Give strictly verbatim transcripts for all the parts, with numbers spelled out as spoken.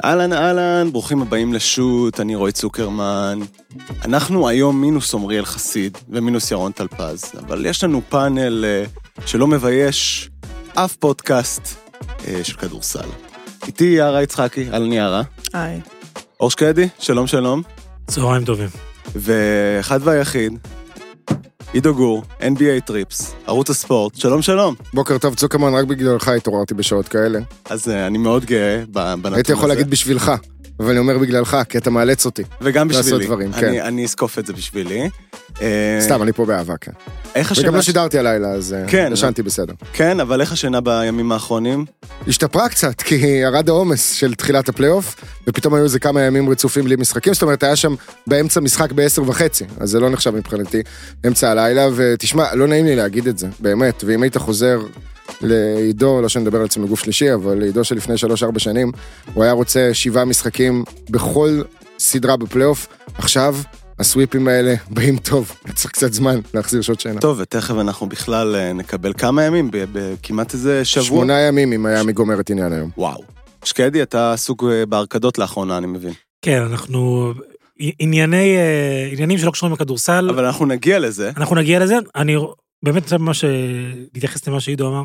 אהלן, אהלן, ברוכים הבאים לשוט, אני רועי צוקרמן. אנחנו היום מינוס עמריאל חסיד ומינוס ירון טלפז, אבל יש לנו פאנל שלא מבייש אף פודקאסט של כדורסל. איתי יערה יצחקי, אהלן יערה. היי. אור שקדי, שלום שלום. צהריים טובים. ואחד והיחיד, עידו גור, אן בי איי טריפס, ערוץ הספורט, שלום שלום. בוקר טוב צוקרמן, רק בגללך התעוררתי בשעות כאלה. אז אני מאוד גאה בנתון הזה. הייתי יכול להגיד בשבילך, אבל אני אומר בגללך, כי אתה מאלץ אותי. וגם בשבילי. דברים, אני, כן. אני אסקוף את זה בשבילי. סתם, אני פה באהבה, כן. איך השנה... וגם לא שידרתי הלילה, אז כן, ישנתי בסדר. כן, אבל איך השנה בימים האחרונים? השתפרה קצת, כי ירד העומס של תחילת הפלייאוף, ופתאום היו איזה כמה ימים רצופים בלי משחקים, זאת אומרת, היה שם באמצע משחק בעשר וחצי, אז זה לא נחשב מבחינתי, אמצע הלילה, ותשמע, לא נעים לי להגיד את זה, באמת, ואם היית חוזר לעידו, לא שנדבר על עצמי גוף שלישי, אבל לעידו שלפני שלוש ארבע שנים, הוא היה רוצה שבעה משחקים בכל סדרה בפלייאוף, עכשיו הסוויפים האלה באים טוב, צריך קצת זמן להחזיר שעות שינה. טוב, ותכף אנחנו בכלל נקבל כמה ימים, בכמעט איזה שבוע. שמונה ימים אם היה מגומר את עניין היום. וואו. שקדי, אתה עסוק בהרקדות לאחרונה, אני מבין. כן, אנחנו... ענייני, עניינים שלא קשורים לכדורסל. אבל אנחנו נגיע לזה. אנחנו נגיע לזה. אני באמת רוצה ממש להתייחס למה שעידו אמר.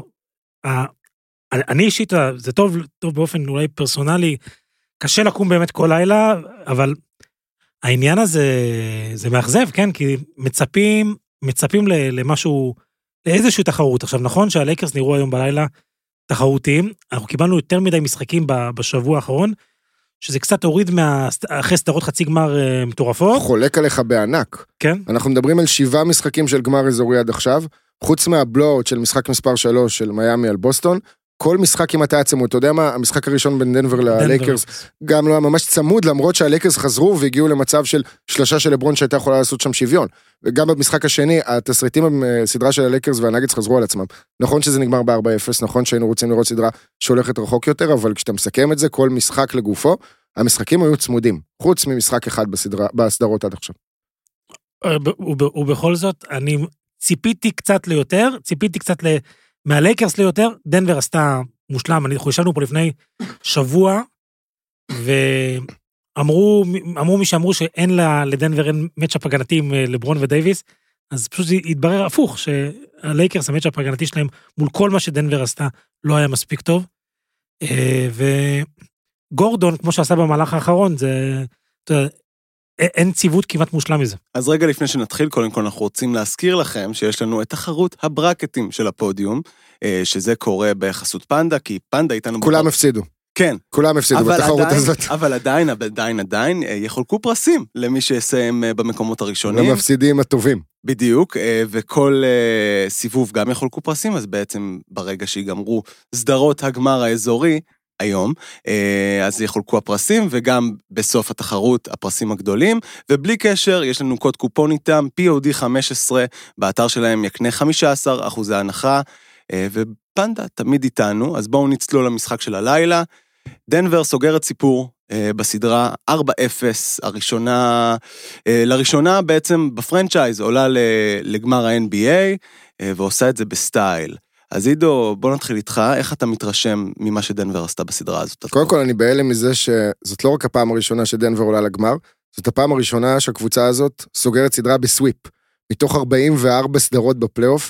אני אישית, זה טוב, טוב באופן אולי פרסונלי, קשה לקום באמת כל לילה, אבל העניין הזה, זה מאכזב, כן? כי מצפים, מצפים למשהו, לאיזושהי תחרות. עכשיו, נכון שהלייקרס נראו היום בלילה תחרותיים, אנחנו קיבלנו יותר מדי משחקים בשבוע האחרון, שזה קצת הוריד מה... אחרי סדרות חצי גמר מטורפות. חולק עליך בענק. כן. אנחנו מדברים על שבעה משחקים של גמר אזורי עד עכשיו, חוץ מהבלואות של משחק מספר שלוש של מיאמי על בוסטון, כל משחק אם אתה צמוד, אתה יודע מה, המשחק הראשון בין דנבר ללייקרס, גם לא היה ממש צמוד, למרות שהלייקרס חזרו והגיעו למצב של שלושה של לברון שהייתה יכולה לעשות שם שוויון, וגם במשחק השני, התסריטים בסדרה של הלייקרס והנגטס חזרו על עצמם, נכון שזה נגמר ב-ארבע אפס, נכון שהיינו רוצים לראות סדרה שהולכת רחוק יותר, אבל כשאתה מסכם את זה, כל משחק לגופו, המשחקים היו צמודים, חוץ ממשחק אחד בסדרה, בסדרות עד עכשיו. ובכל זאת, אני ציפיתי קצת ליותר, ציפיתי קצת ל... מהלייקרס ליותר, דנבר עשתה מושלם, אנחנו ישבנו פה לפני שבוע, ואמרו, אמרו מי שאמרו שאין לה, לדנבר אין מצ'אפ הגנתי עם לברון ודייביס, אז פשוט התברר הפוך, שהלייקרס, המצ'אפ הגנתי שלהם, מול כל מה שדנבר עשתה, לא היה מספיק טוב, וגורדון, כמו שעשה במהלך האחרון, זה, אתה יודע, אין ציוות כמעט מושלם מזה. אז רגע לפני שנתחיל, קודם כל אנחנו רוצים להזכיר לכם שיש לנו את תחרות הברקטים של הפודיום, שזה קורה בחסות פנדה, כי פנדה איתנו... כולם בכל... הפסידו. כן. כולם הפסידו בתחרות עדיין, הזאת. אבל עדיין, עדיין, עדיין, יחולקו פרסים למי שיסיים במקומות הראשונים. למפסידים הטובים. בדיוק, וכל סיבוב גם יחולקו פרסים, אז בעצם ברגע שיגמרו סדרות הגמר האזורי, היום, אז יחולקו הפרסים, וגם בסוף התחרות הפרסים הגדולים, ובלי קשר, יש לנו קוד קופון איתם, פי או די חמש עשרה, באתר שלהם יקנה חמישה עשר אחוז הנחה, ופנדה תמיד איתנו, אז בואו נצלול למשחק של הלילה, דנבר סוגרת סיפור בסדרה ארבע אפס, הראשונה, לראשונה בעצם בפרנצ'ייז, עולה לגמר ה-אן בי איי, ועושה את זה בסטייל. אז עידו, בוא נתחיל איתך, איך אתה מתרשם ממה שדנבר עשתה בסדרה הזאת? קודם כל אני בהלם מזה שזאת לא רק הפעם הראשונה שדנבר עולה לגמר, זאת הפעם הראשונה שהקבוצה הזאת סוגרת סדרה בסוויפ, מתוך ארבעים וארבע סדרות בפלייאוף,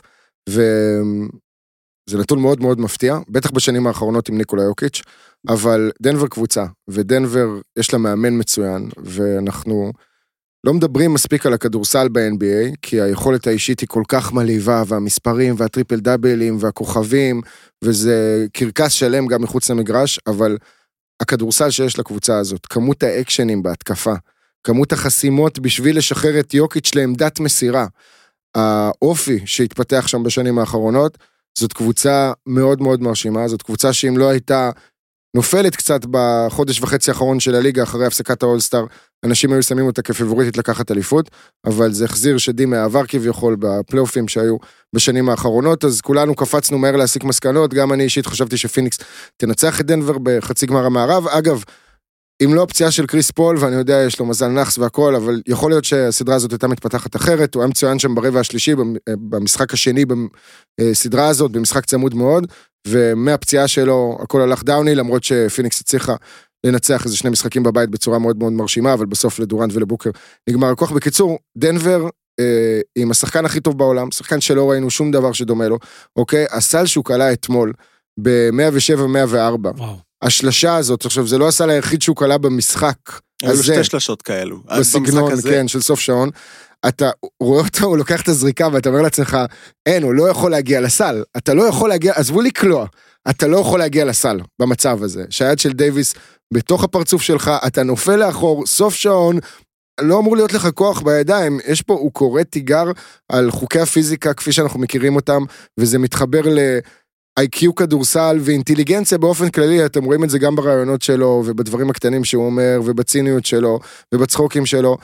וזה נתון מאוד מאוד מפתיע, בטח בשנים האחרונות עם ניקולה יוקיץ', אבל דנבר קבוצה, ודנבר יש לה מאמן מצוין, ואנחנו לא מדברים מספיק על הכדורסל ב-אן בי איי, כי היכולת האישית היא כל כך מלהיבה, והמספרים והטריפל דאבלים והכוכבים, וזה קרקס שלם גם מחוץ למגרש, אבל הכדורסל שיש לקבוצה הזאת, כמות האקשנים בהתקפה, כמות החסימות בשביל לשחרר את יוקיץ' לעמדת מסירה, האופי שהתפתח שם בשנים האחרונות, זאת קבוצה מאוד מאוד מרשימה, זאת קבוצה שאם לא הייתה נופלת קצת בחודש וחצי האחרון של הליגה, אחרי הפסקת האולסטאר, אנשים היו שמים אותה כפבוריטית לקחת אליפות, אבל זה החזיר שדים מהעבר כביכול בפלייאופים שהיו בשנים האחרונות, אז כולנו קפצנו מהר להסיק מסקנות, גם אני אישית חשבתי שפיניקס תנצח את דנבר בחצי גמר המערב, אגב, אם לא הפציעה של קריס פול, ואני יודע, יש לו מזל נחס והכל, אבל יכול להיות שהסדרה הזאת הייתה מתפתחת אחרת, הוא היה מצוין שם ברבע השלישי, במשחק השני, בסדרה הזאת, במשחק צמוד מאוד, ומהפציעה שלו, הכל הלך דאוני, למרות שפיניקס הצליחה לנצח איזה שני משחקים בבית בצורה מאוד מאוד מרשימה, אבל בסוף לדורנט ולבוקר נגמר הכוח. בקיצור, דנבר אה, עם השחקן הכי טוב בעולם, שחקן שלא ראינו שום דבר שדומה לו, אוקיי? הסל שהוא קלה אתמול, ב-מאה ושבע מאה וארבע. וואו. השלשה הזאת, עכשיו, זה לא הסל היחיד שהוא קלה במשחק. היו שתי שלשות כאלו. בסגנון, כן, של סוף שעון. אתה רואה אותו, הוא לוקח את הזריקה, ואתה אומר לעצמך, אין, הוא לא יכול להגיע לסל. אתה לא יכול להגיע, עזבו לקלוע. אתה לא יכול להגיע לסל, במצב הזה. שהיד של דייביס, בתוך הפרצוף שלך, אתה נופל לאחור, סוף שעון, לא אמור להיות לך כוח בידיים. יש פה, הוא קורא תיגר על חוקי הפיזיקה, כפי שאנחנו מכירים אותם, וזה מתחבר ל... איי קיו כדורסל ואינטליגנציה באופן כללי, אתם רואים את זה גם ברעיונות שלו, ובדברים הקטנים שהוא אומר, ובציניות שלו, ובצחוקים שלו,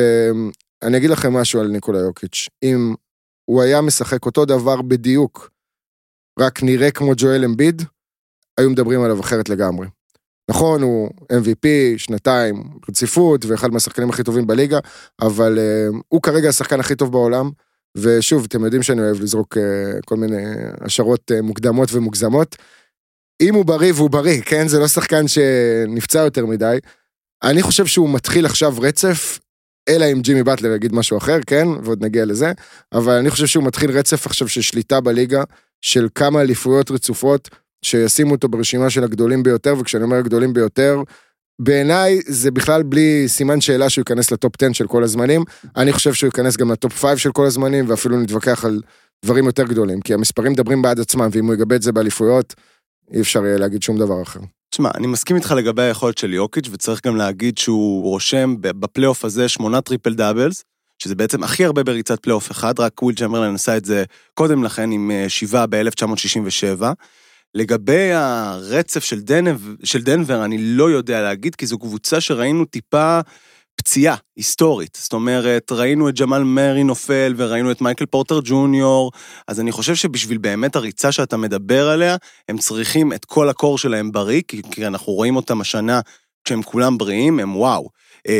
ואני אגיד לכם משהו על ניקולה יוקיץ', אם הוא היה משחק אותו דבר בדיוק, רק נראה כמו ג'ואל אמביד, היו מדברים עליו אחרת לגמרי. נכון, הוא אם וי פי, שנתיים, רציפות, ואחד מהשחקנים הכי טובים בליגה, אבל uh, הוא כרגע השחקן הכי טוב בעולם, ושוב, אתם יודעים שאני אוהב לזרוק uh, כל מיני השערות uh, מוקדמות ומוגזמות. אם הוא בריא והוא בריא, כן? זה לא שחקן שנפצע יותר מדי. אני חושב שהוא מתחיל עכשיו רצף, אלא אם ג'ימי באטלר יגיד משהו אחר, כן? ועוד נגיע לזה. אבל אני חושב שהוא מתחיל רצף עכשיו של שליטה בליגה, של כמה אליפויות רצופות, שישימו אותו ברשימה של הגדולים ביותר, וכשאני אומר הגדולים ביותר, בעיניי זה בכלל בלי סימן שאלה שהוא ייכנס לטופ עשר של כל הזמנים, אני חושב שהוא ייכנס גם לטופ חמש של כל הזמנים, ואפילו נתווכח על דברים יותר גדולים, כי המספרים מדברים בעד עצמם, ואם הוא יגבה את זה באליפויות, אי אפשר יהיה להגיד שום דבר אחר. תשמע, אני מסכים איתך לגבי היכולת של יוקיץ', וצריך גם להגיד שהוא רושם בפלייאוף הזה שמונה טריפל דאבלס, שזה בעצם הכי הרבה בריצת פלייאוף אחד, רק וויל צ'מברלן עשה את זה קודם לכן עם שבעה ב-אלף תשע מאות שישים ושבע, לגבי הרצף של דנבר, של דנבר, אני לא יודע להגיד, כי זו קבוצה שראינו טיפה פציעה היסטורית. זאת אומרת, ראינו את ג'מאל מרי נופל, וראינו את מייקל פורטר ג'וניור, אז אני חושב שבשביל באמת הריצה שאתה מדבר עליה, הם צריכים את כל הקור שלהם בריא, כי, כי אנחנו רואים אותם השנה, כשהם כולם בריאים, הם וואו.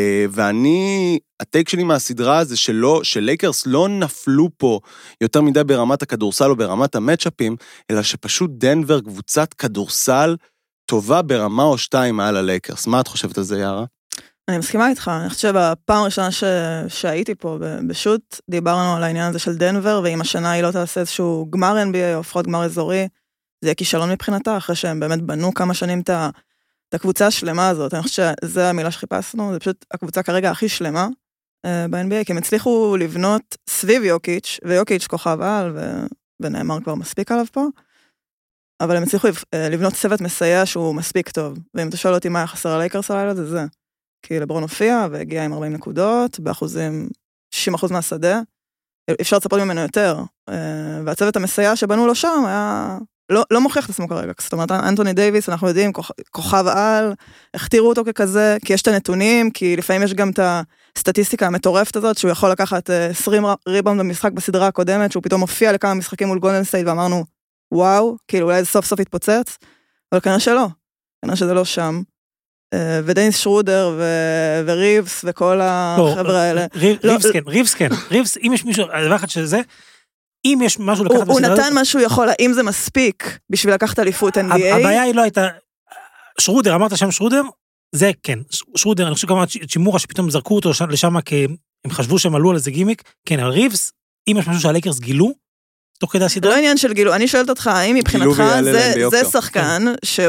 ואני, הטייק שלי מהסדרה זה שלא, שלייקרס לא נפלו פה יותר מדי ברמת הכדורסל או ברמת המאצ'אפים, אלא שפשוט דנבר קבוצת כדורסל טובה ברמה או שתיים מעל הלייקרס. מה את חושבת על זה, יערה? אני מסכימה איתך, אני חושבת שבפעם הראשונה ש... שהייתי פה בשוט, דיברנו על העניין הזה של דנבר, ואם השנה היא לא תעשה איזשהו גמר אן בי איי או לפחות גמר אזורי, זה יהיה כישלון מבחינתה, אחרי שהם באמת בנו כמה שנים את ה... את הקבוצה השלמה הזאת, אני חושבת שזו המילה שחיפשנו, זה פשוט הקבוצה כרגע הכי שלמה ב-אן בי איי, כי הם הצליחו לבנות סביב יוקיץ', ויוקיץ' כוכב על, ו... ונאמר כבר מספיק עליו פה, אבל הם הצליחו לבנות צוות מסייע שהוא מספיק טוב, ואם אתה שואל אותי מה היה חסר הלייקרס הלילה, זה זה, כי לברון הופיע והגיע עם ארבעים נקודות, באחוזים, שישים אחוז מהשדה, אפשר לצפות ממנו יותר, והצוות המסייע שבנו לו שם היה... לא, לא מוכיח את עצמו כרגע, זאת אומרת, אנטוני דייביס, אנחנו יודעים, כוכב על, הכתירו אותו ככזה, כי יש את הנתונים, כי לפעמים יש גם את הסטטיסטיקה המטורפת הזאת, שהוא יכול לקחת עשרים ריבאונד במשחק בסדרה הקודמת, שהוא פתאום מופיע לכמה משחקים מול גולדן סטייט, ואמרנו, וואו, כאילו אולי זה סוף סוף יתפוצץ, אבל כנראה שלא, כנראה שזה לא שם, ודייניס שרודר וריבס וכל החבר'ה האלה. ריבס כן, ריבס כן, ריבס, אם יש מישהו, הדבר אחד שזה, אם יש משהו לקחת... הוא נתן משהו יכול, האם זה מספיק בשביל לקחת אליפות אן בי איי? הבעיה היא לא הייתה... שרודר, אמרת שם שרודר? זה כן. שרודר, אני חושב גם את שימורה שפתאום זרקו אותו לשם, כי הם חשבו שהם עלו על איזה גימיק. כן, על ריבס, אם יש משהו שהלייקרס גילו, תוך כדי הסדרה... לא עניין של גילו, אני שואלת אותך, האם מבחינתך זה שחקן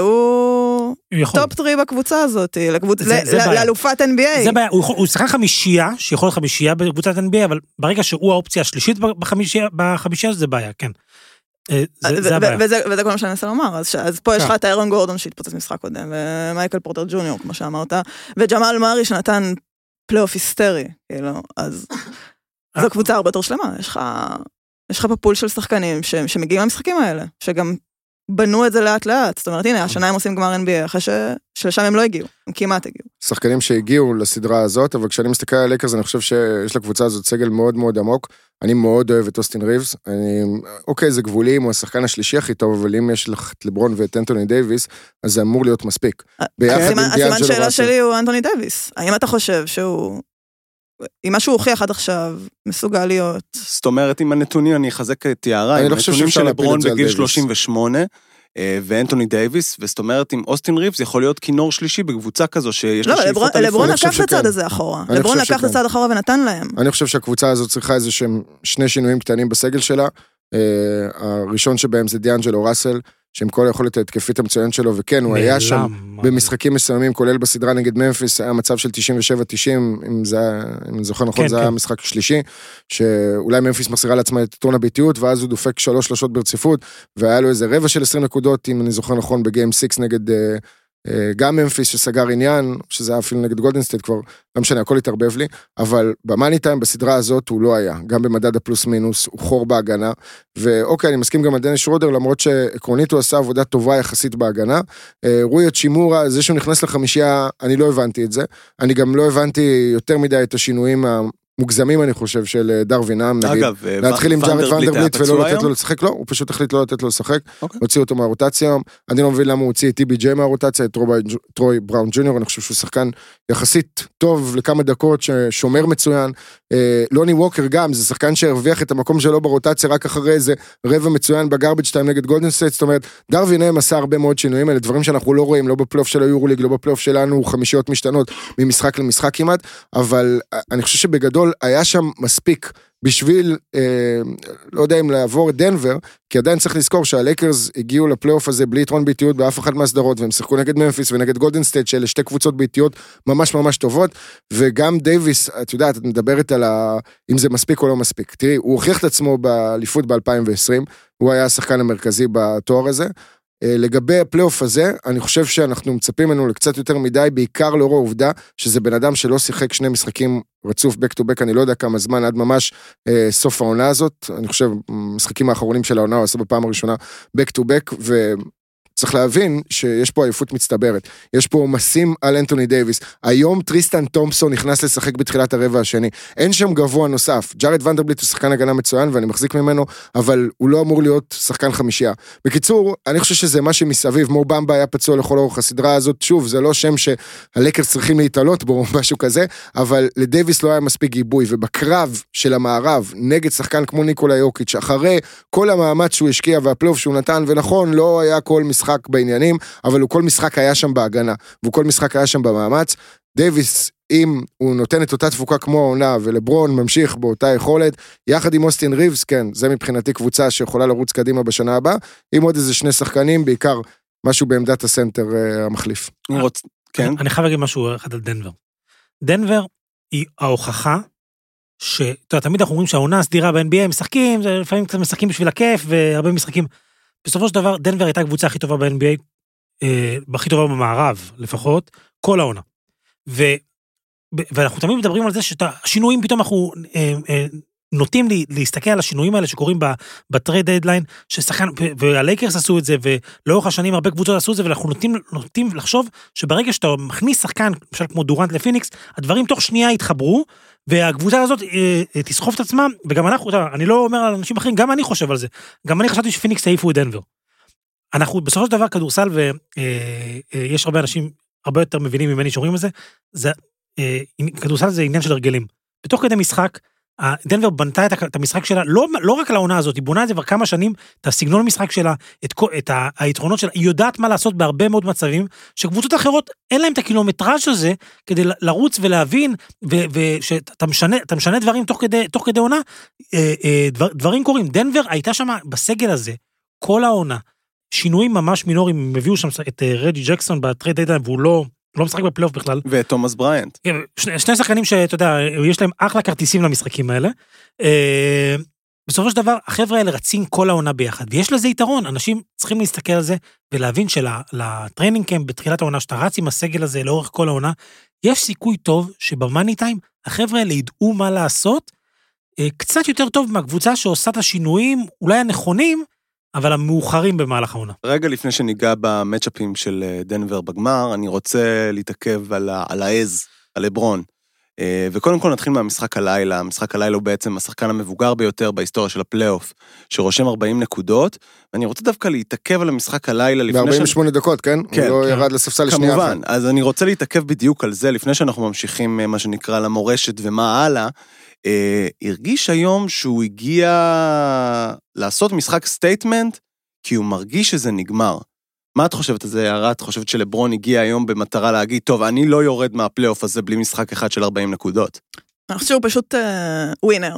שהוא טופ טרי בקבוצה הזאת, לאלופת אן בי איי? זה בעיה, הוא שחקן חמישייה, שיכול להיות חמישייה בקבוצת אן בי איי, אבל ברגע שהוא האופציה השלישית בחמישייה, זה בעיה, כן. זה הבעיה. וזה כל מה שאני אנסה לומר, אז פה יש לך את איירון גורדון שהתפוצץ משחק קודם, ומייקל פורטר ג'וניור, כמו שאמרת, וג'מאל מארי שנתן פלייאוף היסטרי, כאילו, אז זו קבוצה הרבה יותר שלמה, יש לך... יש לך פה פול של שחקנים ש... שמגיעים למשחקים האלה, שגם בנו את זה לאט לאט, זאת אומרת, הנה, השנה הם עושים גמר אן בי איי, אחרי ש... שלשם הם לא הגיעו, הם כמעט הגיעו. שחקנים שהגיעו לסדרה הזאת, אבל כשאני מסתכל על הלייקרס, אני חושב שיש לקבוצה הזאת סגל מאוד מאוד עמוק, אני מאוד אוהב את אוסטין ריבס, אני... אוקיי, זה גבולים, הוא השחקן השלישי הכי טוב, אבל אם יש לך את לברון ואת אנטוני דייביס, אז זה אמור להיות מספיק. הסימן שאלה שלי הוא אנטוני דייביס, האם אתה חושב שהוא... אם משהו הוכיח עד עכשיו, מסוגל להיות... זאת אומרת, עם הנתונים, אני אחזק את יערה, עם הנתונים של לברון בגיל שלושים ושמונה, ואנטוני דייביס, וזאת אומרת, עם אוסטין ריבס יכול להיות כינור שלישי בקבוצה כזו שיש לו שאיפות אליפות. לברון לקח את הצד הזה אחורה. לברון לקח את הצד אחורה ונתן להם. אני חושב שהקבוצה הזאת צריכה איזה שהם שני שינויים קטנים בסגל שלה. הראשון שבהם זה דיאנג'לו ראסל, שעם כל היכולת ההתקפית המצוין שלו, וכן, הוא היה שם במשחקים מסוימים, כולל בסדרה נגד ממפיס, היה מצב של תשעים ושבע תשעים, אם אני זוכר נכון, זה היה המשחק השלישי, שאולי ממפיס מחזירה לעצמה את טון הביטיות, ואז הוא דופק שלוש שלושות ברציפות, והיה לו איזה רבע של עשרים נקודות, אם אני זוכר נכון, בגיים סיקס נגד גם ממפיס שסגר עניין, שזה היה אפילו נגד גולדן סטייט כבר, לא משנה, הכל התערבב לי, אבל במאני טיים בסדרה הזאת הוא לא היה, גם במדד הפלוס מינוס, הוא חור בהגנה, ואוקיי, אני מסכים גם על דניס שרודר, למרות שעקרונית הוא עשה עבודה טובה יחסית בהגנה, רוי את שימורה, זה שהוא נכנס לחמישייה, אני לא הבנתי את זה, אני גם לא הבנתי יותר מדי את השינויים מוגזמים, אני חושב, של דרווין, נגיד, להתחיל עם ג'ארד ונדרבליט ולא לתת לו לשחק, לא, הוא פשוט החליט לא לתת לו לשחק, הוציא אותו מהרוטציה, אני לא מבין למה הוא הוציא את טי בי ג'יי מהרוטציה, את טרוי בראון ג'וניור, אני חושב שהוא שחקן יחסית טוב לכמה דקות, ששומר מצוין, לוני ווקר גם, זה שחקן שהרוויח את המקום שלו ברוטציה, רק אחרי איזה רבע מצוין בגרביץ' טיים נגד גולדן סטייט, זאת אומרת, דרווין הם עשה הרבה מאוד שינויים, אלה דברים שאנחנו לא רואים, לא בפלייאוף של היורוליג, לא בפלייאוף שלנו, חמישיות משתנות ממשחק למשחק כמעט, אבל אני חושב שבגדול היה שם מספיק בשביל, אה, לא יודע אם לעבור את דנבר, כי עדיין צריך לזכור שהלייקרס הגיעו לפלייאוף הזה בלי יתרון ביתיות באף אחד מהסדרות, והם שיחקו נגד ממפיס ונגד גולדן סטייט, שאלה שתי קבוצות ביתיות ממש ממש טובות, וגם דייביס, את יודעת, את מדברת על ה... אם זה מספיק או לא מספיק. תראי, הוא הוכיח את עצמו באליפות ב-אלפיים ועשרים, הוא היה השחקן המרכזי בתואר הזה, לגבי הפלייאוף הזה, אני חושב שאנחנו מצפים ממנו לקצת יותר מדי, בעיקר לאור העובדה שזה בן אדם שלא שיחק שני משחקים רצוף back to back, אני לא יודע כמה זמן, עד ממש אה, סוף העונה הזאת, אני חושב, משחקים האחרונים של העונה, הוא עשה בפעם הראשונה back to back, ו... צריך להבין שיש פה עייפות מצטברת, יש פה עומסים על אנטוני דייביס, היום טריסטן תומפסון נכנס לשחק בתחילת הרבע השני, אין שם גבוה נוסף, ג'ארד ונדרבליט הוא שחקן הגנה מצוין ואני מחזיק ממנו, אבל הוא לא אמור להיות שחקן חמישייה. בקיצור, אני חושב שזה מה שמסביב, מו במבה היה פצוע לכל אורך הסדרה הזאת, שוב, זה לא שם שהלקרס צריכים להתעלות בו, משהו כזה, אבל לדייביס לא היה מספיק גיבוי, ובקרב של המערב, נגד שחקן כמו ניקולה יוקיץ', אחרי כל המאמץ שהוא השקיע והפלייאוף שהוא נתן, ונכון, לא היה כל משחק בעניינים, אבל הוא כל משחק היה שם בהגנה, והוא כל משחק היה שם במאמץ. דייביס, אם הוא נותן את אותה תפוקה כמו העונה, ולברון ממשיך באותה יכולת, יחד עם אוסטין ריבס, כן, זה מבחינתי קבוצה שיכולה לרוץ קדימה בשנה הבאה, עם עוד איזה שני שחקנים, בעיקר משהו בעמדת הסנטר uh, המחליף. אני, רוצ... כן. אני חייב להגיד משהו אחד על דנבר. דנבר היא ההוכחה, שתמיד אנחנו אומרים שהעונה הסדירה ב-אן בי איי משחקים, לפעמים קצת משחקים בשביל הכיף, והרבה משחקים בסופו של דבר, דנבר הייתה הקבוצה הכי טובה ב-אן בי איי, אה, הכי טובה במערב, לפחות, כל העונה. ו, ואנחנו תמיד מדברים על זה שהשינויים, פתאום אנחנו אה, אה, נוטים לי, להסתכל על השינויים האלה שקורים בטרייד דדליין, ששחקן, והלייקרס עשו את זה, ולאורך השנים הרבה קבוצות עשו את זה, ואנחנו נוטים, נוטים לחשוב שברגע שאתה מכניס שחקן, למשל כמו דורנט לפיניקס, הדברים תוך שנייה יתחברו, והקבוצה הזאת אה, תסחוף את עצמם, וגם אנחנו, אני לא אומר על אנשים אחרים, גם אני חושב על זה, גם אני חשבתי שפיניקס העיפו את דנבר. אנחנו בסופו של דבר כדורסל, ויש הרבה אנשים הרבה יותר מבינים ממני שאומרים את זה, זה אה, כדורסל זה עניין של הרגלים. בתוך כדי משחק, דנבר בנתה את המשחק שלה, לא, לא רק על העונה הזאת, היא בונה את זה כבר כמה שנים, את הסגנון המשחק שלה, את, את היתרונות שלה, היא יודעת מה לעשות בהרבה מאוד מצבים, שקבוצות אחרות אין להם את הקילומטראז' הזה, כדי לרוץ ולהבין, ושאתה משנה, אתה משנה דברים תוך כדי, תוך כדי עונה, דבר, דברים קורים. דנבר הייתה שם בסגל הזה, כל העונה, שינויים ממש מינוריים, הם הביאו שם את רג'י ג'קסון בטרייד דדליין, והוא לא... לא משחק בפלייאוף בכלל. ותומאס בריינט. שני, שני שחקנים שאתה יודע, יש להם אחלה כרטיסים למשחקים האלה. בסופו של דבר, החבר'ה האלה רצים כל העונה ביחד, ויש לזה יתרון, אנשים צריכים להסתכל על זה, ולהבין שלטריינינג קמפ בתחילת העונה, שאתה רץ עם הסגל הזה לאורך כל העונה, יש סיכוי טוב שבמאני טיים, החבר'ה האלה ידעו מה לעשות, קצת יותר טוב מהקבוצה שעושה את השינויים, אולי הנכונים, אבל המאוחרים במהלך העונה. רגע לפני שניגע במצ'אפים של דנבר בגמר, אני רוצה להתעכב על, על העז, על לברון. וקודם כל נתחיל מהמשחק הלילה. המשחק הלילה הוא בעצם השחקן המבוגר ביותר בהיסטוריה של הפלייאוף, שרושם ארבעים נקודות, ואני רוצה דווקא להתעכב על המשחק הלילה לפני... ב-ארבעים ושמונה דקות, כן? כן. הוא לא כן. ירד לספסל לשנייה. כמובן, אז אני רוצה להתעכב בדיוק על זה, לפני שאנחנו ממשיכים מה שנקרא למורשת ומה הלאה, הרגיש היום שהוא הגיע לעשות משחק סטייטמנט כי הוא מרגיש שזה נגמר. מה את חושבת על זה, יערה? את חושבת שלברון הגיע היום במטרה להגיד, טוב, אני לא יורד מהפלייאוף הזה בלי משחק אחד של ארבעים נקודות? אני חושב שהוא פשוט ווינר.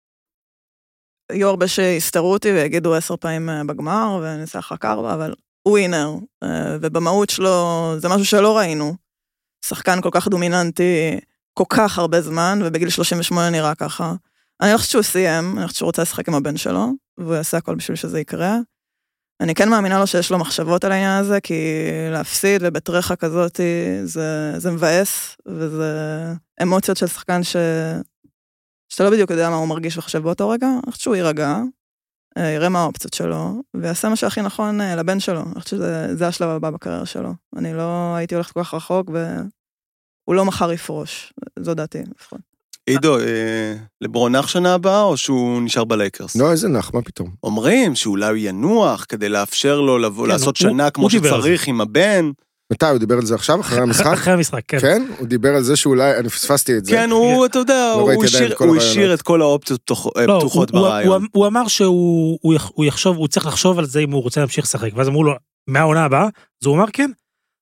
יהיו הרבה שיסתרו אותי ויגידו עשר פעמים בגמר, וניסח רק ארבע, אבל הוא ווינר, ובמהות שלו זה משהו שלא ראינו. שחקן כל כך דומיננטי, כל כך הרבה זמן, ובגיל שלושים ושמונה נראה ככה. אני לא חושבת שהוא סיים, אני חושבת שהוא רוצה לשחק עם הבן שלו, והוא יעשה הכל בשביל שזה יקרה. אני כן מאמינה לו שיש לו מחשבות על העניין הזה, כי להפסיד ובטרחה כזאת, זה, זה מבאס, וזה אמוציות של שחקן ש... שאתה לא בדיוק יודע מה הוא מרגיש וחושב באותו רגע, אני חושבת שהוא יירגע, יראה מה האופציות שלו, ויעשה מה שהכי נכון לבן שלו. אני חושבת שזה השלב הבא בקריירה שלו. אני לא הייתי הולכת כל כך רחוק, והוא לא מחר יפרוש. זו דעתי, לפחות. עידו, לברון נח שנה הבאה, או שהוא נשאר בלייקרס? לא, איזה נח, מה פתאום? אומרים שאולי הוא ינוח, כדי לאפשר לו לבוא, לעשות שנה כמו שצריך עם הבן. מתי, הוא דיבר על זה עכשיו, אחרי המשחק? אחרי המשחק, כן. כן? הוא דיבר על זה שאולי, אני פספסתי את זה. כן, הוא, אתה יודע, הוא השאיר את כל האופציות פתוחות ברעיון. הוא אמר שהוא יחשוב, הוא צריך לחשוב על זה אם הוא רוצה להמשיך לשחק, ואז אמרו לו, מהעונה הבאה, אז הוא אמר כן.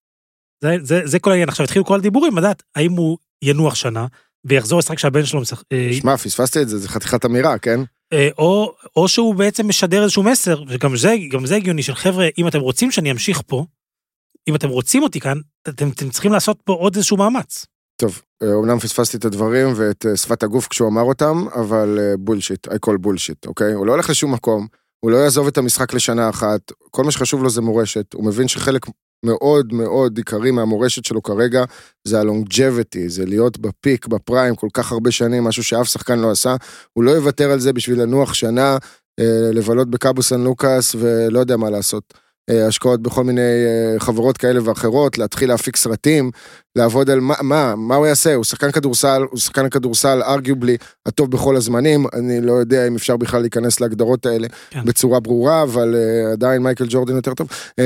זה כל העניין. עכשיו התחילו כל הדיבורים, לדעת, האם הוא ינוח שנה, ויחזור לשחק שהבן שלו משחק... שמע, פספסתי את זה, זה חתיכת אמירה, כן? או, או שהוא בעצם משדר איזשהו מסר, וגם זה, גם זה הגיוני של חבר'ה, אם אתם רוצים שאני אמשיך פה, אם אתם רוצים אותי כאן, אתם, אתם צריכים לעשות פה עוד איזשהו מאמץ. טוב, אומנם פספסתי את הדברים ואת שפת הגוף כשהוא אמר אותם, אבל בולשיט, I call בולשיט, אוקיי? הוא לא הולך לשום מקום, הוא לא יעזוב את המשחק לשנה אחת, כל מה שחשוב לו זה מורשת, הוא מבין שחלק מאוד מאוד עיקרי מהמורשת שלו כרגע, זה הלונג'ביטי, זה להיות בפיק, בפריים, כל כך הרבה שנים, משהו שאף שחקן לא עשה, הוא לא יוותר על זה בשביל לנוח שנה, לבלות בקאבו סן לוקאס, ולא יודע מה לעשות. השקעות בכל מיני חברות כאלה ואחרות, להתחיל להפיק סרטים, לעבוד על מה, מה, מה הוא יעשה, הוא שחקן כדורסל, הוא שחקן כדורסל, ארגיובלי, הטוב בכל הזמנים, אני לא יודע אם אפשר בכלל להיכנס להגדרות האלה כן. בצורה ברורה, אבל uh, עדיין מייקל ג'ורדן יותר טוב, um,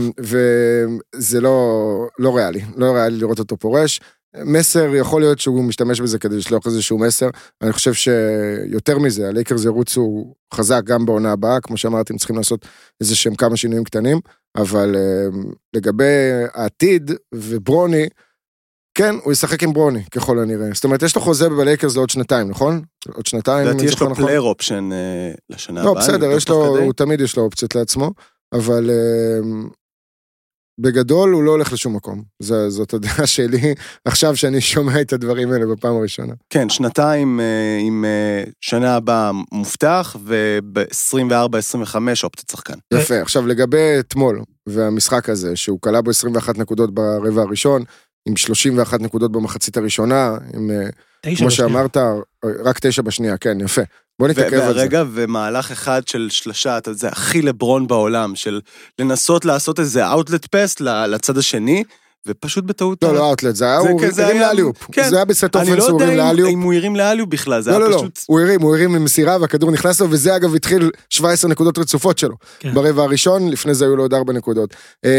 וזה לא, לא ריאלי, לא ריאלי לראות אותו פורש, מסר, יכול להיות שהוא משתמש בזה כדי לשלוח איזשהו מסר, אני חושב שיותר מזה, הלייקרס ירוצו חזק גם בעונה הבאה, כמו שאמרתי, הם צריכים לעשות איזה שהם כמה שינויים קטנים, אבל לגבי העתיד וברוני, כן, הוא ישחק עם ברוני, ככל הנראה. זאת אומרת, יש לו חוזה בלייקרס לעוד שנתיים, נכון? עוד שנתיים. לדעתי יש לו פלייר אופשן לשנה הבאה. לא, בסדר, הוא תמיד יש לו אופציות לעצמו, אבל... בגדול הוא לא הולך לשום מקום, זאת הדעה שלי, עכשיו שאני שומע את הדברים האלה בפעם הראשונה. כן, שנתיים עם שנה הבאה מובטח, וב-עשרים וארבע עשרים וחמש אופציה שחקן. יפה, עכשיו לגבי אתמול, והמשחק הזה, שהוא קלה בו עשרים ואחת נקודות ברבע הראשון, עם שלושים ואחת נקודות במחצית הראשונה, עם, כמו שאמרת, רק תשע בשנייה, כן, יפה. בוא נתעכב על זה. ורגע, ומהלך אחד של שלושה, זה הכי לברון בעולם, של לנסות לעשות איזה אאוטלט פסט לצד השני, ופשוט בטעות... לא, לא אאוטלט, זה היה, הוא הרים לאליופ. זה היה בסט אופנס, הוא הרים לאליופ. אני לא יודע אם הוא הרים לאליופ בכלל, זה היה פשוט... הוא הרים, הוא הרים ממסירה, והכדור נכנס לו, וזה אגב התחיל שבע עשרה נקודות רצופות שלו. ברבע הראשון, לפני זה היו לו עוד ארבע נקודות.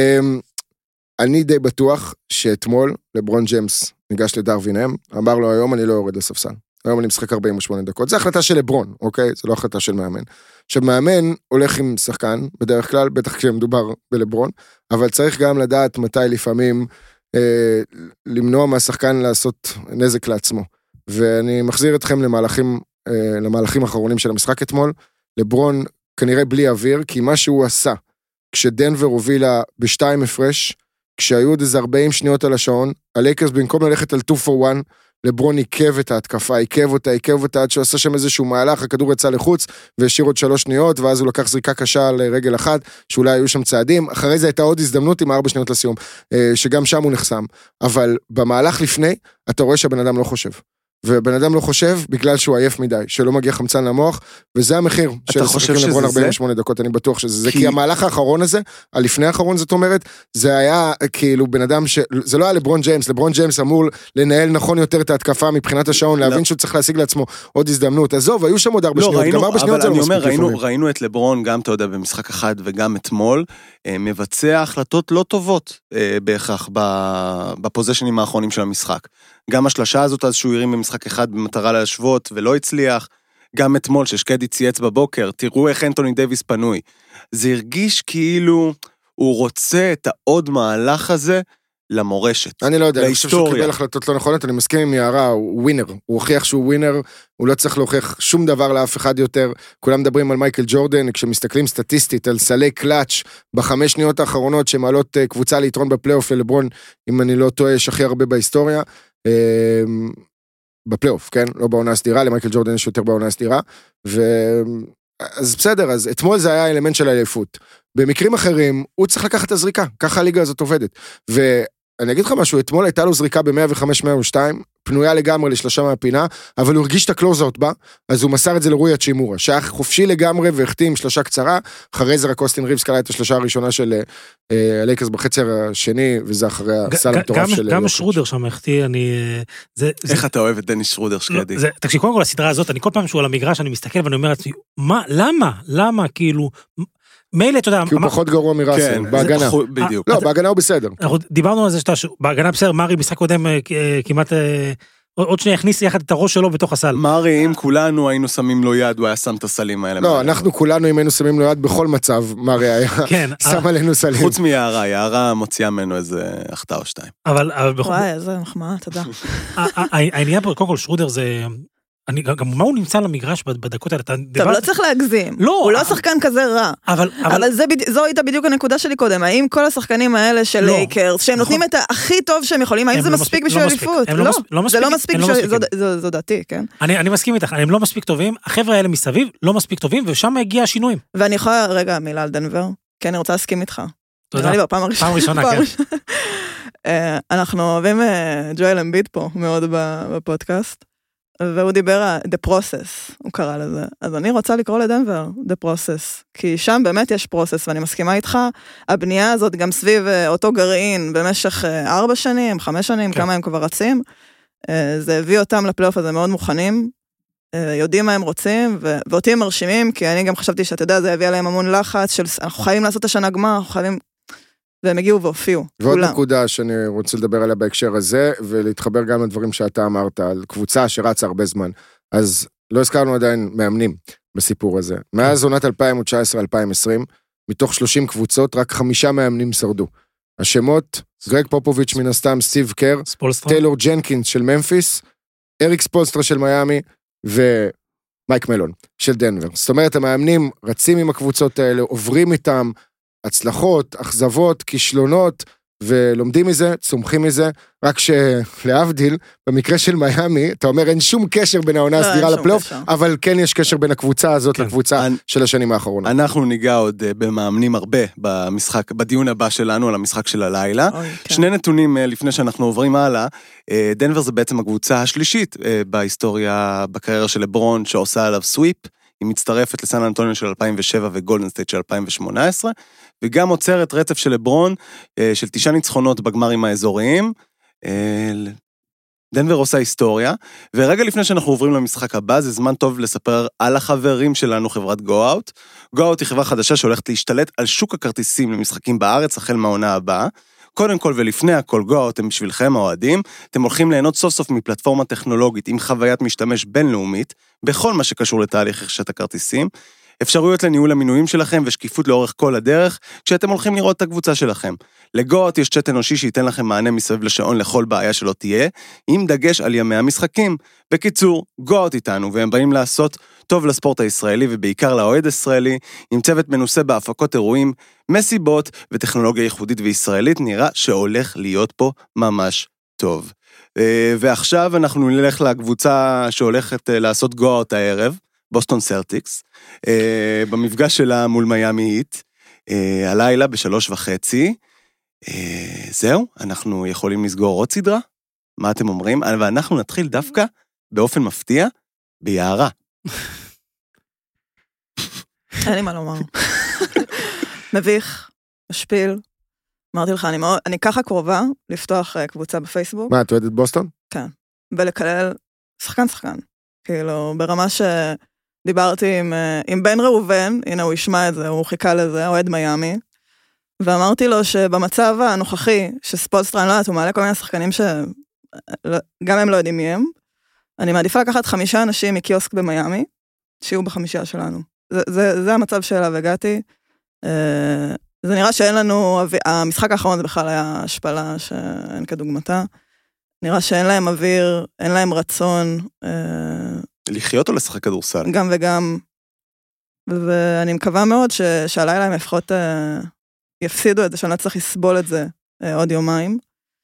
אני די בטוח שאתמול לברון ג'יימס ניגש לדרווין אם, אמר לו היום אני לא יורד לספסל. היום אני משחק ארבעים ושמונה דקות. זו החלטה של לברון, אוקיי? זו לא החלטה של מאמן. עכשיו, מאמן הולך עם שחקן, בדרך כלל, בטח כשמדובר בלברון, אבל צריך גם לדעת מתי לפעמים אה, למנוע מהשחקן לעשות נזק לעצמו. ואני מחזיר אתכם למהלכים, אה, למהלכים האחרונים של המשחק אתמול. לברון כנראה בלי אוויר, כי מה שהוא עשה, כשדנבר הובילה בשתיים הפרש, כשהיו עוד איזה ארבעים שניות על השעון, הלייקרס במקום ללכת על שתיים for one, לברון עיכב את ההתקפה, עיכב אותה, עיכב אותה, עד שהוא עשה שם איזשהו מהלך, הכדור יצא לחוץ, והשאיר עוד שלוש שניות, ואז הוא לקח זריקה קשה על רגל אחת, שאולי היו שם צעדים, אחרי זה הייתה עוד הזדמנות עם ארבע שניות לסיום, שגם שם הוא נחסם, אבל במהלך לפני, אתה רואה שהבן אדם לא חושב, ובן אדם לא חושב בגלל שהוא עייף מדי, שלא מגיע חמצן למוח, וזה המחיר של שחקים לברון ארבעים ושמונה דקות, אני בטוח שזה זה, כי המהלך האחרון הזה, הלפני האחרון זאת אומרת, זה היה כאילו בן אדם ש... זה לא היה לברון ג'יימס, לברון ג'יימס אמור לנהל נכון יותר את ההתקפה מבחינת השעון, להבין שהוא צריך להשיג לעצמו עוד הזדמנות, עזוב, היו שם עוד ארבע שניות, גם ארבע שניות זה לא מספיק לפעמים. ראינו את לברון, גם אתה יודע, במשחק אחד וגם אתמול, מבצע החלטות לא טובות בהכרח בפוזישנים האחרונים של המשחק. גם השלושה הזאת אז שהוא הרים במשחק אחד במטרה להשוות ולא הצליח, גם אתמול ששקדי צייץ בבוקר, תראו איך אנטוני דייביס פנוי. זה הרגיש כאילו הוא רוצה את העוד מהלך הזה למורשת, אני לא יודע, אני חושב שהוא להיסטוריה. קיבל החלטות לא נכונות, אני מסכים עם יערה, הוא ווינר, הוא הוכיח שהוא ווינר, הוא לא צריך להוכיח שום דבר לאף אחד יותר, כולם מדברים על מייקל ג'ורדן, כשמסתכלים סטטיסטית על סלי קלאץ' בחמש שניות האחרונות, שמעלות קבוצה ליתרון בפלייאוף ללברון, אם אני לא טועה, יש הכי הרבה בהיסטוריה, בפלייאוף, כן? לא בעונה הסדירה, למייקל ג'ורדן יש יותר בעונה הסדירה, ו... אז בסדר, אז אתמול זה היה האלמנט של העייפות. במקרים אחרים, הוא צריך לקחת את הזריקה, ככה הליגה הזאת עובדת. ואני אגיד לך משהו, אתמול הייתה לו זריקה ב-מאה וחמש מאה ושתיים, פנויה לגמרי לשלושה מהפינה, אבל הוא הרגיש את הקלוזאוט בה, אז הוא מסר את זה לרוי הצ'ימורה, שהיה חופשי לגמרי והחתים שלושה קצרה, אחרי זה רק אוסטין ריבס קלה את השלושה הראשונה של הלייקרס בחצי השני, וזה אחרי הסל המטורף של... גם שרודר שם החטיא, אני... איך אתה אוהב את דניס שרודר שקדי? תקשיב, קודם כל הסדרה הזאת, אני כל פעם שהוא על המגרש, אני מסתכל ואני אומר לעצמי, מה, למה? למה, כאילו... מילא, אתה יודע... כי הוא פחות גרוע מראסל, בהגנה. בדיוק. לא, בהגנה הוא בסדר. אנחנו דיברנו על זה שאתה, בהגנה בסדר, מארי משחק קודם כמעט, עוד שנייה הכניס יחד את הראש שלו בתוך הסל. מארי, אם כולנו היינו שמים לו יד, הוא היה שם את הסלים האלה. לא, אנחנו כולנו אם היינו שמים לו יד בכל מצב, מארי היה שם עלינו סלים. חוץ מיערה, יערה מוציאה ממנו איזה החטא או שתיים. אבל... וואי, איזה מחמאה, תודה. העניין פה, קודם כל, שרודר זה... אני, גם מה הוא נמצא למגרש בדקות האלה? טוב, לא צריך להגזים. לא. הוא לא שחקן כזה רע. אבל, אבל זו הייתה בדיוק הנקודה שלי קודם. האם כל השחקנים האלה של לייקרס, שהם נותנים את הכי טוב שהם יכולים, האם זה מספיק בשביל אליפות? לא, זה לא מספיק, זו דעתי, כן? אני מסכים איתך, הם לא מספיק טובים, החבר'ה האלה מסביב לא מספיק טובים, ושם הגיע השינויים. ואני יכולה, רגע, מילה על דנבר, כי אני רוצה להסכים איתך. תודה. פעם ראשונה, כן. אנחנו אוהבים ג'ואל אמביד פה מאוד בפודקאסט. והוא דיבר על the process, הוא קרא לזה. אז אני רוצה לקרוא לדנבר, the process. כי שם באמת יש process, ואני מסכימה איתך, הבנייה הזאת גם סביב אותו גרעין, במשך ארבע שנים, חמש שנים, כן. כמה הם כבר רצים, זה הביא אותם לפלייאוף הזה מאוד מוכנים, יודעים מה הם רוצים, ו- ואותי הם מרשימים, כי אני גם חשבתי שאתה יודע, זה הביא עליהם המון לחץ, של אנחנו חייבים לעשות את השנה גמר, אנחנו חייבים... והם הגיעו והופיעו. ועוד כולם. נקודה שאני רוצה לדבר עליה בהקשר הזה, ולהתחבר גם לדברים שאתה אמרת, על קבוצה שרצה הרבה זמן. אז לא הזכרנו עדיין מאמנים בסיפור הזה. מאז עונת אלפיים תשע עשרה אלפיים עשרים, מתוך שלושים קבוצות, רק חמישה מאמנים שרדו. השמות, גרג פופוביץ' מן הסתם, סטיב קר, טיילור ג'נקינס של ממפיס, אריק ספולסטרה של מיאמי, ומייק מלון של דנבר. זאת אומרת, המאמנים רצים עם הקבוצות האלה, עוברים איתם, הצלחות, אכזבות, כישלונות, ולומדים מזה, צומחים מזה, רק שלהבדיל, במקרה של מיאמי, אתה אומר, אין שום קשר בין העונה הסדירה לפלייאוף, אבל כן יש קשר בין הקבוצה הזאת לקבוצה של השנים האחרונות. אנחנו ניגע עוד במאמנים הרבה במשחק, בדיון הבא שלנו על המשחק של הלילה. שני נתונים לפני שאנחנו עוברים הלאה, דנבר זה בעצם הקבוצה השלישית בהיסטוריה, בקריירה של לברון, שעושה עליו סוויפ, היא מצטרפת לסן אנטוניו של אלפיים ושבע וגולדן סטייט של אלפיים ושמונה עשרה, וגם עוצרת רצף של לברון, של תשעה ניצחונות בגמרים האזוריים. דנבר עושה היסטוריה, ורגע לפני שאנחנו עוברים למשחק הבא, זה זמן טוב לספר על החברים שלנו, חברת גו-אוט. גו-אוט היא חברה חדשה שהולכת להשתלט על שוק הכרטיסים למשחקים בארץ, החל מהעונה הבאה. קודם כל ולפני הכל, גו-אוט הם בשבילכם האוהדים, אתם הולכים ליהנות סוף סוף מפלטפורמה טכנולוגית עם חוויית משתמש בינלאומית, בכל מה שקשור לתהליך רכישת הכרטיסים, אפשרויות לניהול המינויים שלכם ושקיפות לאורך כל הדרך, כשאתם הולכים לראות את הקבוצה שלכם. לגו-אוט יש צ'אט אנושי שייתן לכם מענה מסביב לשעון לכל בעיה שלא תהיה, עם דגש על ימי המשחקים. בקיצור, גו-אוט איתנו, והם באים לעשות טוב לספורט הישראלי ובעיקר לאוהד הישראלי, עם צוות מנוסה בהפקות אירועים, מסיבות וטכנולוגיה ייחודית וישראלית, נראה שהולך להיות פה ממש טוב. ועכשיו אנחנו נלך לקבוצה שהולכת לעשות גו-אוט הערב, בוסטון סלטיקס, במפגש שלה מול מיאמי היט, הלילה בשלוש וחצי. זהו, אנחנו יכולים לסגור עוד סדרה? מה אתם אומרים? ואנחנו נתחיל דווקא באופן מפתיע ביערה. אין לי מה לומר. מביך, משפיל. אמרתי לך, אני, מאוד, אני ככה קרובה לפתוח קבוצה בפייסבוק. מה, את אוהדת בוסטון? כן. ולקלל שחקן שחקן. כאילו, ברמה שדיברתי עם, עם בן ראובן, הנה הוא ישמע את זה, הוא חיכה לזה, אוהד מיאמי, ואמרתי לו שבמצב הנוכחי, שספולסטרה, אני לא יודעת, הוא מעלה כל מיני שחקנים שגם הם לא יודעים מי הם, אני מעדיפה לקחת חמישה אנשים מקיוסק במיאמי, שיהיו בחמישייה שלנו. זה, זה, זה המצב שאליו הגעתי. זה נראה שאין לנו, המשחק האחרון זה בכלל היה השפלה שאין כדוגמתה. נראה שאין להם אוויר, אין להם רצון. לחיות או לשחק כדורסל? גם וגם. ואני מקווה מאוד ש, שהלילה הם לפחות יפסידו את זה, שאני לא צריך לסבול את זה עוד יומיים.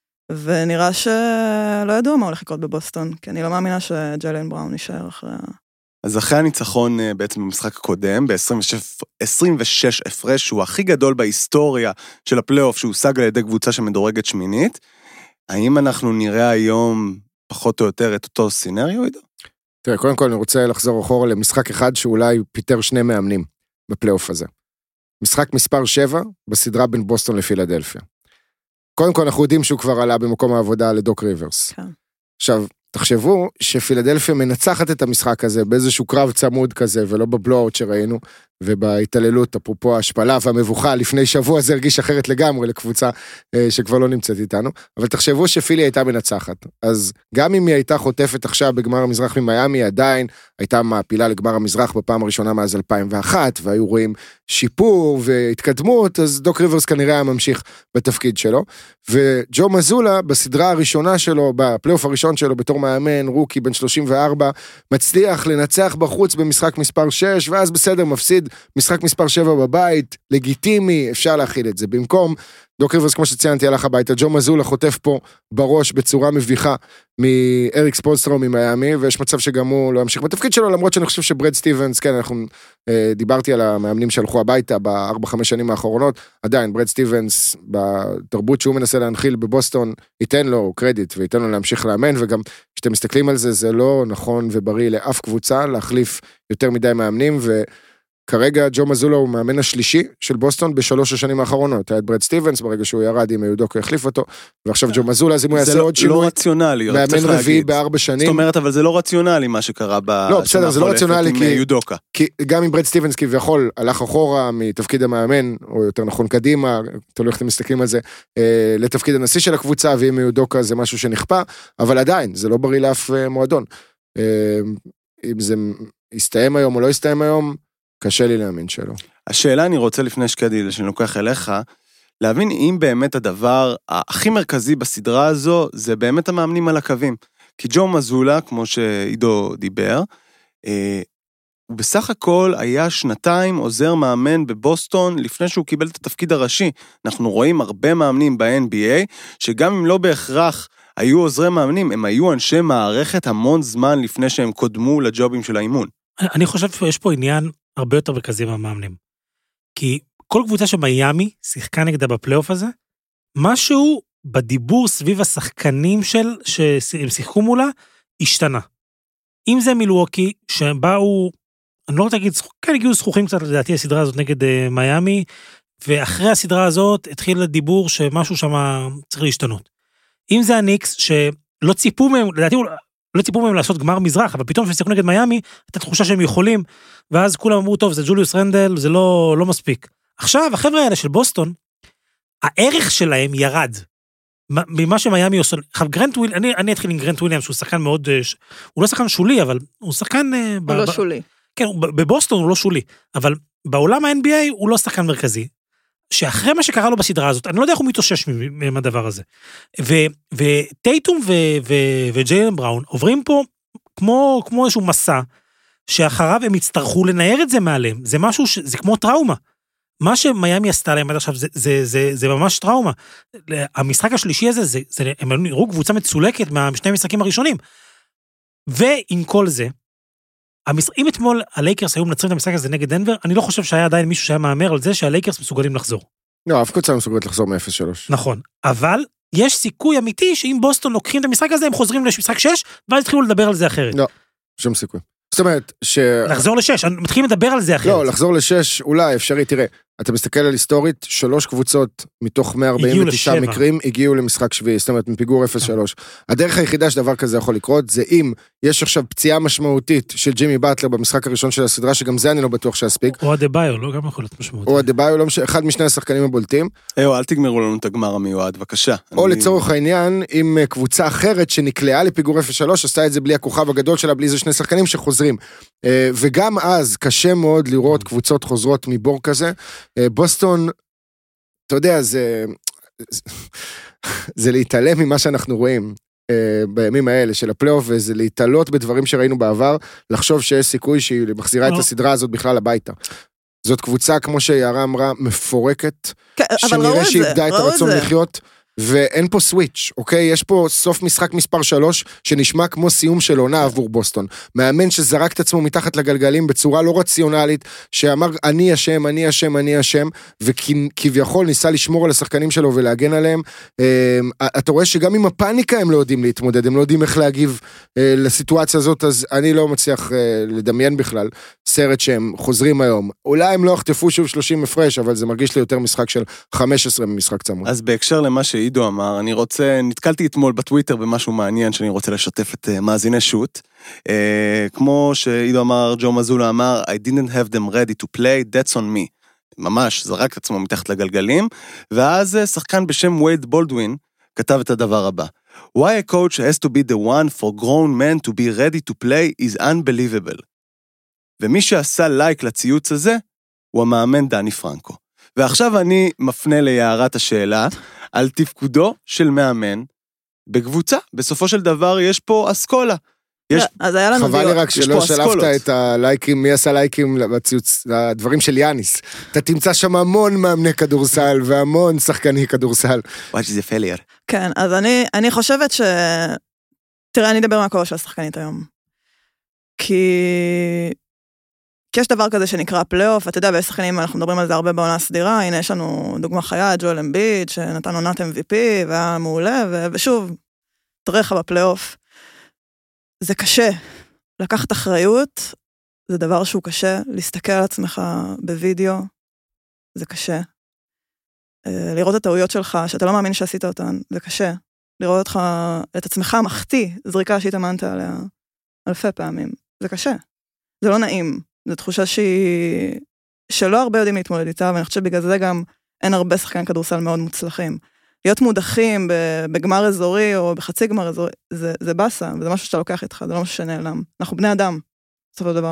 ונראה שלא ידעו מה הולך לקרות בבוסטון, כי אני לא מאמינה שג'יילן בראון נשאר אחרי... אז אחרי הניצחון בעצם במשחק הקודם, ב-עשרים ושש הפרש, שהוא הכי גדול בהיסטוריה של הפלייאוף, שהושג על ידי קבוצה שמדורגת שמינית, האם אנחנו נראה היום פחות או יותר את אותו סינריו, עידו? תראה, קודם כל אני רוצה לחזור אחורה למשחק אחד שאולי פיטר שני מאמנים בפלייאוף הזה. משחק מספר שבע בסדרה בין בוסטון לפילדלפיה. קודם כל אנחנו יודעים שהוא כבר עלה במקום העבודה לדוק ריברס. כן. עכשיו, תחשבו שפילדלפיה מנצחת את המשחק הזה באיזשהו קרב צמוד כזה, ולא בבלואוט שראינו, ובהתעללות, אפרופו ההשפלה והמבוכה, לפני שבוע זה הרגיש אחרת לגמרי לקבוצה שכבר לא נמצאת איתנו, אבל תחשבו שפילי הייתה מנצחת, אז גם אם היא הייתה חוטפת עכשיו בגמר המזרח ממיימי, עדיין הייתה מעפילה לגמר המזרח בפעם הראשונה מאז אלפיים ואחת, והיו רואים שיפור והתקדמות, אז דוק ריברס כנראה היה ממשיך בתפקיד שלו, וג'ו מזולה בסדרה הראשונה שלו, בפלייאוף הראשון שלו בתור מאמן, רוקי בן שלושים וארבע, מצליח לנצח בחוץ במשחק מספר שש, ואז בסדר מפסיד משחק מספר שבע בבית, לגיטימי, אפשר להכיל את זה. במקום, דוק ריברס, כמו שציינתי, הלך הביתה, ג'ו מזולה חוטף פה בראש בצורה מביכה מאריק ספולסטרה ממיימי, ויש מצב שגם הוא לא ימשיך בתפקיד שלו, למרות שאני חושב שברד סטיבנס, כן, אנחנו אה, דיברתי על המאמנים שהלכו הביתה בארבע, חמש שנים האחרונות, עדיין, ברד סטיבנס, בתרבות שהוא מנסה להנחיל בבוסטון, ייתן לו קרדיט, וייתן לו להמשיך לאמן, וגם כשאתם מסתכלים על זה, זה לא נכון ובריא לאף קבוצה, להחליף יותר מדי מאמנים, ו כרגע ג'ו מזולה הוא מאמן השלישי של בוסטון בשלוש השנים האחרונות. היה את ברד סטיבנס, ברגע שהוא ירד עם יהודוקו יחליף אותו, ועכשיו ג'ו מזולה, אז אם הוא יעשה עוד שינוי, לא רציונלי, מאמן רביעי בארבע שנים. זאת אומרת, אבל זה לא רציונלי מה שקרה לא, בסדר, זה לא רציונלי, עם יהודוקה. כי גם עם ברד סטיבנס כביכול הלך אחורה מתפקיד המאמן, או יותר נכון קדימה, תלוי איך אתם מסתכלים על זה, לתפקיד הנשיא של הקבוצה, ועם יהודוקה זה משהו שנכפה, אבל עדיין, זה לא בריא לאף מועדון. אם זה יסתיים היום או לא יסתיים היום, קשה לי להאמין שלא. השאלה אני רוצה לפני שקדי שאני לוקח אליך, להבין אם באמת הדבר הכי מרכזי בסדרה הזו, זה באמת המאמנים על הקווים. כי ג'ו מזולה, כמו שעידו דיבר, הוא בסך הכל היה שנתיים עוזר מאמן בבוסטון, לפני שהוא קיבל את התפקיד הראשי. אנחנו רואים הרבה מאמנים ב-אן בי איי, שגם אם לא בהכרח היו עוזרי מאמנים, הם היו אנשי מערכת המון זמן לפני שהם קודמו לג'ובים של האימון. אני חושב שיש פה עניין הרבה יותר מרכזי מהמאמנים. כי כל קבוצה שמיימי שיחקה נגדה בפלייאוף הזה, משהו בדיבור סביב השחקנים של, שהם שיחקו מולה, השתנה. אם זה מילווקי, שבאו, אני לא רוצה להגיד, כן הגיעו זכוכים קצת לדעתי הסדרה הזאת נגד uh, מיימי, ואחרי הסדרה הזאת התחיל הדיבור שמשהו שם צריך להשתנות. אם זה הניקס שלא ציפו מהם, לדעתי לא ציפו מהם לעשות גמר מזרח, אבל פתאום ששיחקו נגד מיימי, הייתה תחושה שהם יכולים, ואז כולם אמרו, טוב, זה ג'וליוס רנדל, זה לא, לא מספיק. עכשיו, החבר'ה האלה של בוסטון, הערך שלהם ירד, ממה שמיימי עושה, עכשיו גרנט וויל, אני, אני אתחיל עם גרנט וויליאמס, שהוא שחקן מאוד, הוא לא שחקן שולי, אבל הוא שחקן... הוא ב, לא ב, שולי. כן, בבוסטון הוא לא שולי, אבל בעולם ה-אן בי איי הוא לא שחקן מרכזי, שאחרי מה שקרה לו בסדרה הזאת, אני לא יודע איך הוא מתאושש מהדבר הזה. וטייטום וג'יילן בראון עוברים פה כמו, כמו איזשהו מסע, שאחריו הם יצטרכו לנער את זה מעליהם. זה משהו, זה כמו טראומה. מה שמיימי עשתה להם עד עכשיו, זה, זה, זה, זה ממש טראומה. המשחק השלישי הזה, זה, זה, הם נראו קבוצה מצולקת מהשני המשחקים הראשונים. ועם כל זה, אם אתמול הלייקרס היו מנצחים את המשחק הזה נגד דנבר, אני לא חושב שהיה עדיין מישהו שהיה מאמר על זה שהלייקרס מסוגלים לחזור. לא, אף קבוצה מסוגלת לחזור מ-אפס שלוש. נכון, אבל יש סיכוי אמיתי שאם בוסטון לוקחים את המשחק הזה, הם חוזרים למשחק שש, ואז התחילו לדבר על זה אחרת. לא, שום סיכוי. זאת אומרת, ש... לחזור לשש, מתחילים לדבר על זה אחרת. לא, לחזור לשש, אולי, אפשרי, תראה, אתה מסתכל על היסטורית, שלוש קבוצות מתוך מאה ארבעים ותשע מקרים הגיעו למשחק שביעי, זאת אומרת, מפיגור אפס שלוש. הדרך היחידה שדבר כזה יכול לקרות, זה אם יש עכשיו פציעה משמעותית של ג'ימי באטלר במשחק הראשון של הסדרה, שגם זה אני לא בטוח שיספיק. או אדבאיו, לא גם יכול להיות משמעותי. או אדבאיו, אחד משני השחקנים הבולטים. אהו, אל תגמרו לנו את הגמר המיועד, בבקשה. או לצורך העניין, עם קבוצה אחרת שנקלעה לפיגור אפס שלוש, עשתה את זה בלי הכוכב הגדול שלה, בלי זה שני שחקנים שחוזרים. וגם אז קשה מאוד לראות קבוצות חוזרות מבור כזה. בוסטון, אתה יודע, זה, זה להתעלם ממה שאנחנו רואים בימים האלה של הפלייאוף, וזה להתעלות בדברים שראינו בעבר, לחשוב שיש סיכוי שהיא מחזירה את הסדרה הזאת בכלל הביתה. זאת קבוצה, כמו שיערה אמרה, מפורקת, שנראה שהיא איבדה את הרצון לחיות, ואין פה סוויץ', אוקיי? יש פה סוף משחק מספר שלוש, שנשמע כמו סיום של עונה עבור בוסטון. מאמן שזרק את עצמו מתחת לגלגלים בצורה לא רציונלית, שאמר, אני אשם, אני אשם, אני אשם, וכביכול ניסה לשמור על השחקנים שלו ולהגן עליהם. אתה רואה שגם עם הפאניקה הם לא יודעים להתמודד, הם לא יודעים איך להגיב לסיטואציה הזאת, אז אני לא מצליח לדמיין בכלל סרט שהם חוזרים היום. אולי הם לא יחטפו שוב שלושים הפרש, אבל זה מרגיש לי יותר משחק של חמש עשרה ממשחק צמוד. אז בהקשר למה שעידו אמר, אני רוצה, נתקלתי אתמול בטוויטר במשהו מעניין שאני רוצה לשתף את מאזיני שוט. כמו שעידו אמר, ג'ו מזולה אמר, I didn't have them ready to play, that's on me. ממש, זרק את עצמו מתחת לגלגלים, ואז שחקן בשם וייד בולדווין כתב את הדבר הבא. Why a coach has to be the one for grown men to be ready to play is unbelievable. ומי שעשה לייק לציוץ הזה, הוא המאמן דני פרנקו. ועכשיו אני מפנה ליערת השאלה, על תפקודו של מאמן בקבוצה. בסופו של דבר יש פה אסכולה. יש... אז היה לנו חבל לי רק שלא שלפת את הלייקים, מי עשה לייקים בציוץ, הדברים של יאניס. אתה תמצא שם המון מאמני כדורסל, והמון שחקני כדורסל. What is a failure? כן, אז אני, אני חושבת ש... תראה, אני אדבר מהקול של השחקנית היום. כי... כי יש דבר כזה שנקרא פלייאוף, אתה יודע, בשחקנים אנחנו מדברים על זה הרבה בעונה סדירה, הנה יש לנו דוגמה חיה, ג'ואל אמביד, שנתן עונת אם וי פי, והיה מעולה, ו... ושוב, תראה בפלייאוף. זה קשה, לקחת אחריות, זה דבר שהוא קשה, להסתכל על עצמך בווידאו, זה קשה. לראות את הטעויות שלך, שאתה לא מאמין שעשית אותן, זה קשה. לראות אותך, את עצמך מחטיא, זריקה שהתאמנת עליה אלפי פעמים, זה קשה. זה לא נעים, זו תחושה שהיא, שלא הרבה יודעים להתמודד איתה, ואני חושבת בגלל זה גם אין הרבה שחקן כדורסל מאוד מוצלחים. להיות מודחים בגמר אזורי או בחצי גמר אזורי, זה, זה בסה, וזה משהו שאתה לוקח איתך, זה לא משהו שנעלם. אנחנו בני אדם, בסופו של דבר.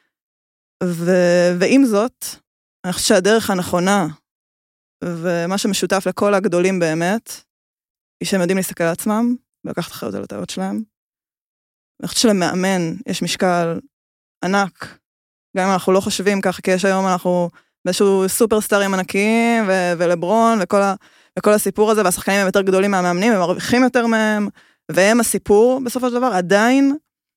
ו, ועם זאת, אני חושבת שהדרך הנכונה, ומה שמשותף לכל הגדולים באמת, היא שהם יודעים להסתכל על עצמם, ולקחת אחריות על הטעויות שלהם. אני חושבת שלמאמן יש משקל ענק, גם אם אנחנו לא חושבים ככה, כי יש היום אנחנו באיזשהו סופרסטארים ענקיים, ו- ולברון, וכל, ה- וכל הסיפור הזה, והשחקנים הם יותר גדולים מהמאמנים, הם מרוויחים יותר מהם, והם הסיפור, בסופו של דבר, עדיין,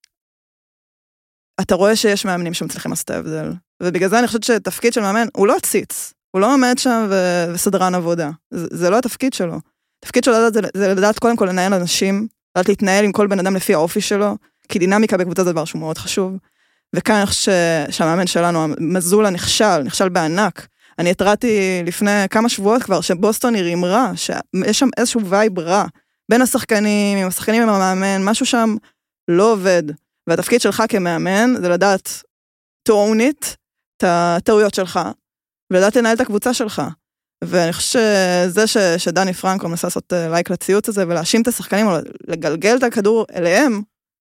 אתה רואה שיש מאמנים שמצליחים לעשות את ההבדל. ובגלל זה אני חושבת שתפקיד של מאמן, הוא לא הציץ, הוא לא עומד שם ו- וסדרן עבודה. זה, זה לא התפקיד שלו. התפקיד שלו זה, זה לדעת קודם כל לנהל אנשים, לדעת להתנהל עם כל בן אדם לפי האופי שלו, כי דינמיקה בקבוצה זה דבר שהוא מאוד חשוב. וכאן אני חושבת שהמאמן שלנו, מזולה נכשל, נכשל בענק. אני התרעתי לפני כמה שבועות כבר, שבוסטון היא רימרה, שיש שם איזשהו וייב רע, בין השחקנים, עם השחקנים עם המאמן, משהו שם לא עובד. והתפקיד שלך כמאמן, זה לדעת to own it, את הטעויות שלך, ולדעת לנהל את הקבוצה שלך. ואני חושבת שזה ש, שדני פרנקו מנסה לעשות לייק לציוץ הזה, ולהאשים את השחקנים, או לגלגל את הכדור אליהם,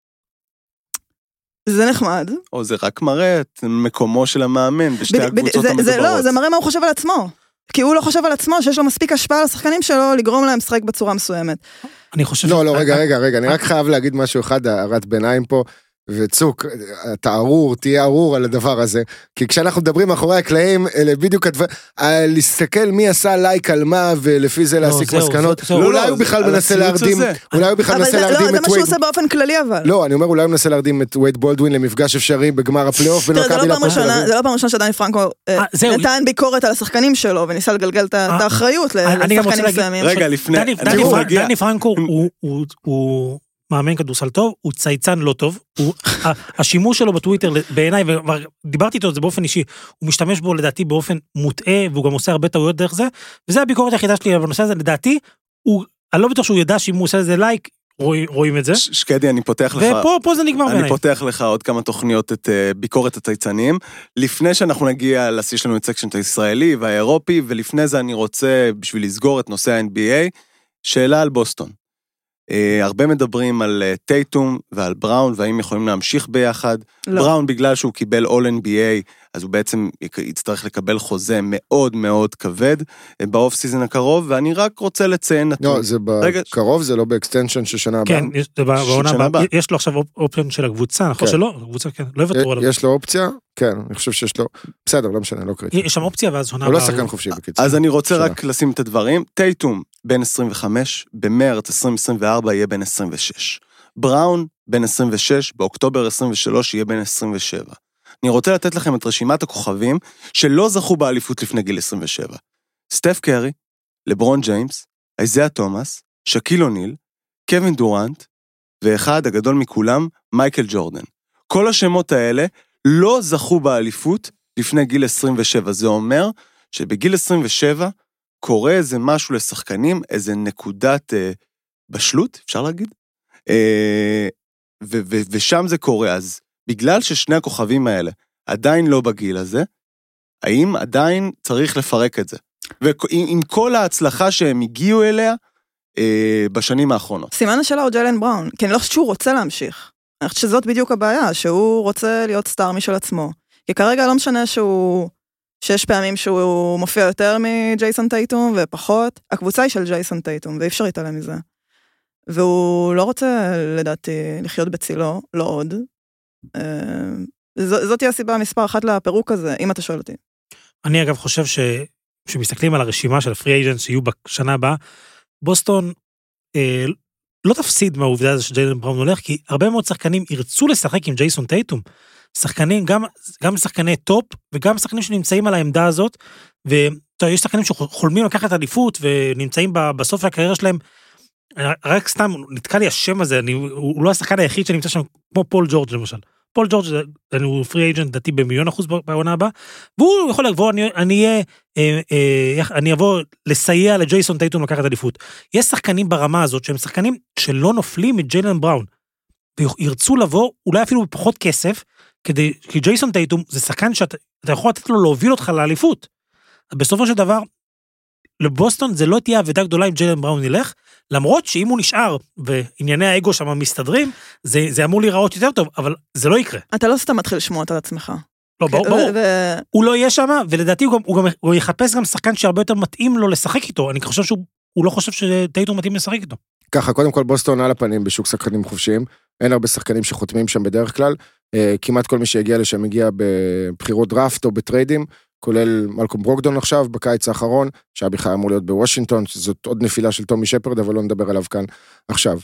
זה נחמד. או זה רק מראה את מקומו של המאמן בשתי הקבוצות המדוברות. זה לא, זה מראה מה הוא חושב על עצמו. כי הוא לא חושב על עצמו שיש לו מספיק השפעה על השחקנים שלו לגרום להם לשחק בצורה מסוימת. אני חושב... לא, לא, רגע, רגע, רגע, אני רק חייב להגיד משהו אחד, הערת ביניים פה, וצוק, אתה ארור, תהיה ארור על הדבר הזה, כי כשאנחנו מדברים מאחורי הקלעים, אלה בדיוק הדבר, להסתכל מי עשה לייק על מה, ולפי זה להסיק מסקנות, אולי הוא בכלל מנסה להרדים, אולי הוא בכלל מנסה להרדים את וייד. זה מה שהוא עושה באופן כללי אבל. לא, אני אומר, אולי הוא מנסה להרדים את וייד בולדווין למפגש אפשרי בגמר הפלייאוף, זה לא פעם ראשונה שדני פרנקו נתן ביקורת על השחקנים שלו, וניסה לגלגל את האחריות לשחקנים מסוימים. רגע, לפני, דני פרנקו הוא מאמן כדורסל טוב, הוא צייצן לא טוב, הוא, השימוש שלו בטוויטר בעיניי, ודיברתי איתו את זה באופן אישי, הוא משתמש בו לדעתי באופן מוטעה, והוא גם עושה הרבה טעויות דרך זה, וזה הביקורת היחידה שלי בנושא הזה, לדעתי, הוא, אני לא בטוח שהוא ידע שאם הוא עושה איזה לייק, רואים את זה. שקדי, אני פותח לך, ופה פה זה נגמר בעיניי. אני פותח לך עוד כמה תוכניות את ביקורת הצייצנים, לפני שאנחנו נגיע, יש לנו את סקשנט הישראלי והאירופי, ולפני זה אני רוצה, בשביל לסגור את נושא ה-אן בי איי, שאלה על בוסטון. הרבה מדברים על טייטום ועל בראון, והאם יכולים להמשיך ביחד. לא. בראון בגלל שהוא קיבל All אן בי איי, אז הוא בעצם יצטרך לקבל חוזה מאוד מאוד כבד באוף סיזן הקרוב, ואני רק רוצה לציין נתון. לא, זה בקרוב, זה לא באקסטנשן של שנה הבאה. כן, זה בעונה הבאה. יש לו עכשיו אופציה של הקבוצה, נכון שלא? הקבוצה כן, לא יוותרו עליו. יש לו אופציה? כן, אני חושב שיש לו, בסדר, לא משנה, לא קריטי. יש שם אופציה ואז עונה הבאה. הוא לא שחקן חופשי בקיצור. אז אני רוצה רק לשים את הדברים. טייטום בן עשרים וחמש, במרץ עשרים עשרים וארבע יהיה בן עשרים ושש. בראון בן עשרים ושש, באוקטובר עשרים ושלוש יהיה בן עשרים ושבע. אני רוצה לתת לכם את רשימת הכוכבים שלא זכו באליפות לפני גיל עשרים ושבע. סטף קרי, לברון ג'יימס, איזיה תומאס, שקיל אוניל, קווין דורנט, ואחד הגדול מכולם, מייקל ג'ורדן. כל השמות האלה לא זכו באליפות לפני גיל עשרים ושבע. זה אומר שבגיל עשרים ושבע קורה איזה משהו לשחקנים, איזה נקודת אה, בשלות, אפשר להגיד? אה, ו- ו- ושם זה קורה. אז בגלל ששני הכוכבים האלה עדיין לא בגיל הזה, האם עדיין צריך לפרק את זה? ועם כל ההצלחה שהם הגיעו אליה אה, בשנים האחרונות. סימן השאלה הוא ג'יילן בראון, כי אני לא חושבת שהוא רוצה להמשיך. אני חושבת שזאת בדיוק הבעיה, שהוא רוצה להיות סטאר משל עצמו. כי כרגע לא משנה שהוא, שיש פעמים שהוא מופיע יותר מג'ייסון טייטום ופחות. הקבוצה היא של ג'ייסון טייטום, ואי אפשר להתעלם מזה. והוא לא רוצה, לדעתי, לחיות בצילו, לא עוד. זאת היא הסיבה מספר אחת לפירוק הזה, אם אתה שואל אותי. אני אגב חושב ש... שמסתכלים על הרשימה של הפרי אייג'נט שיהיו בשנה הבאה, בוסטון אה, לא תפסיד מהעובדה הזה שג'יילן בראון הולך, כי הרבה מאוד שחקנים ירצו לשחק עם ג'ייסון טייטום. שחקנים, גם, גם שחקני טופ, וגם שחקנים שנמצאים על העמדה הזאת, ויש שחקנים שחולמים לקחת עדיפות, ונמצאים בסוף הקריירה שלהם, רק סתם נתקע לי השם הזה, אני, הוא לא השחקן היחיד שנמצא שם, כמו פול ג'ורג' למשל. פול ג'ורג' הוא פרי אייג'נט דתי במיליון אחוז בעונה הבאה, והוא יכול לבוא, אני, אני, אה, אה, אני אבוא לסייע לג'ייסון טייטום לקחת עדיפות. יש שחקנים ברמה הזאת, שהם שחקנים שלא נופלים מג'יילן בראון, וירצו לבוא, אולי אפילו בפחות כסף, כדי, כי ג'ייסון טייטום זה שחקן שאתה יכול לתת לו להוביל אותך לאליפות. בסופו של דבר, לבוסטון זה לא תהיה עבודה גדולה אם ג'יילן בראון ילך, למרות שאם הוא נשאר, וענייני האגו שם מסתדרים, זה, זה אמור להיראות יותר טוב, אבל זה לא יקרה. אתה לא סתם מתחיל לשמוע על עצמך. לא, ברור, ברור. ו- הוא לא יהיה שם, ולדעתי הוא גם, הוא גם הוא יחפש גם שחקן שהרבה יותר מתאים לו לשחק איתו, אני חושב שהוא הוא לא חושב שטייטום מתאים לשחק איתו. ככה, קודם כל בוסטון על הפנים בשוק שחקנים חופשיים, אין הרבה שחקנים שחותמים שם בדרך כלל, כמעט כל מי שהגיע לשם מגיע בבחירות דראפט או בטריידים, כולל מלקום ברוקדון עכשיו, בקיץ האחרון, שהיה בכלל אמור להיות בוושינגטון, זאת עוד נפילה של טומי שפרד, אבל לא נדבר עליו כאן עכשיו.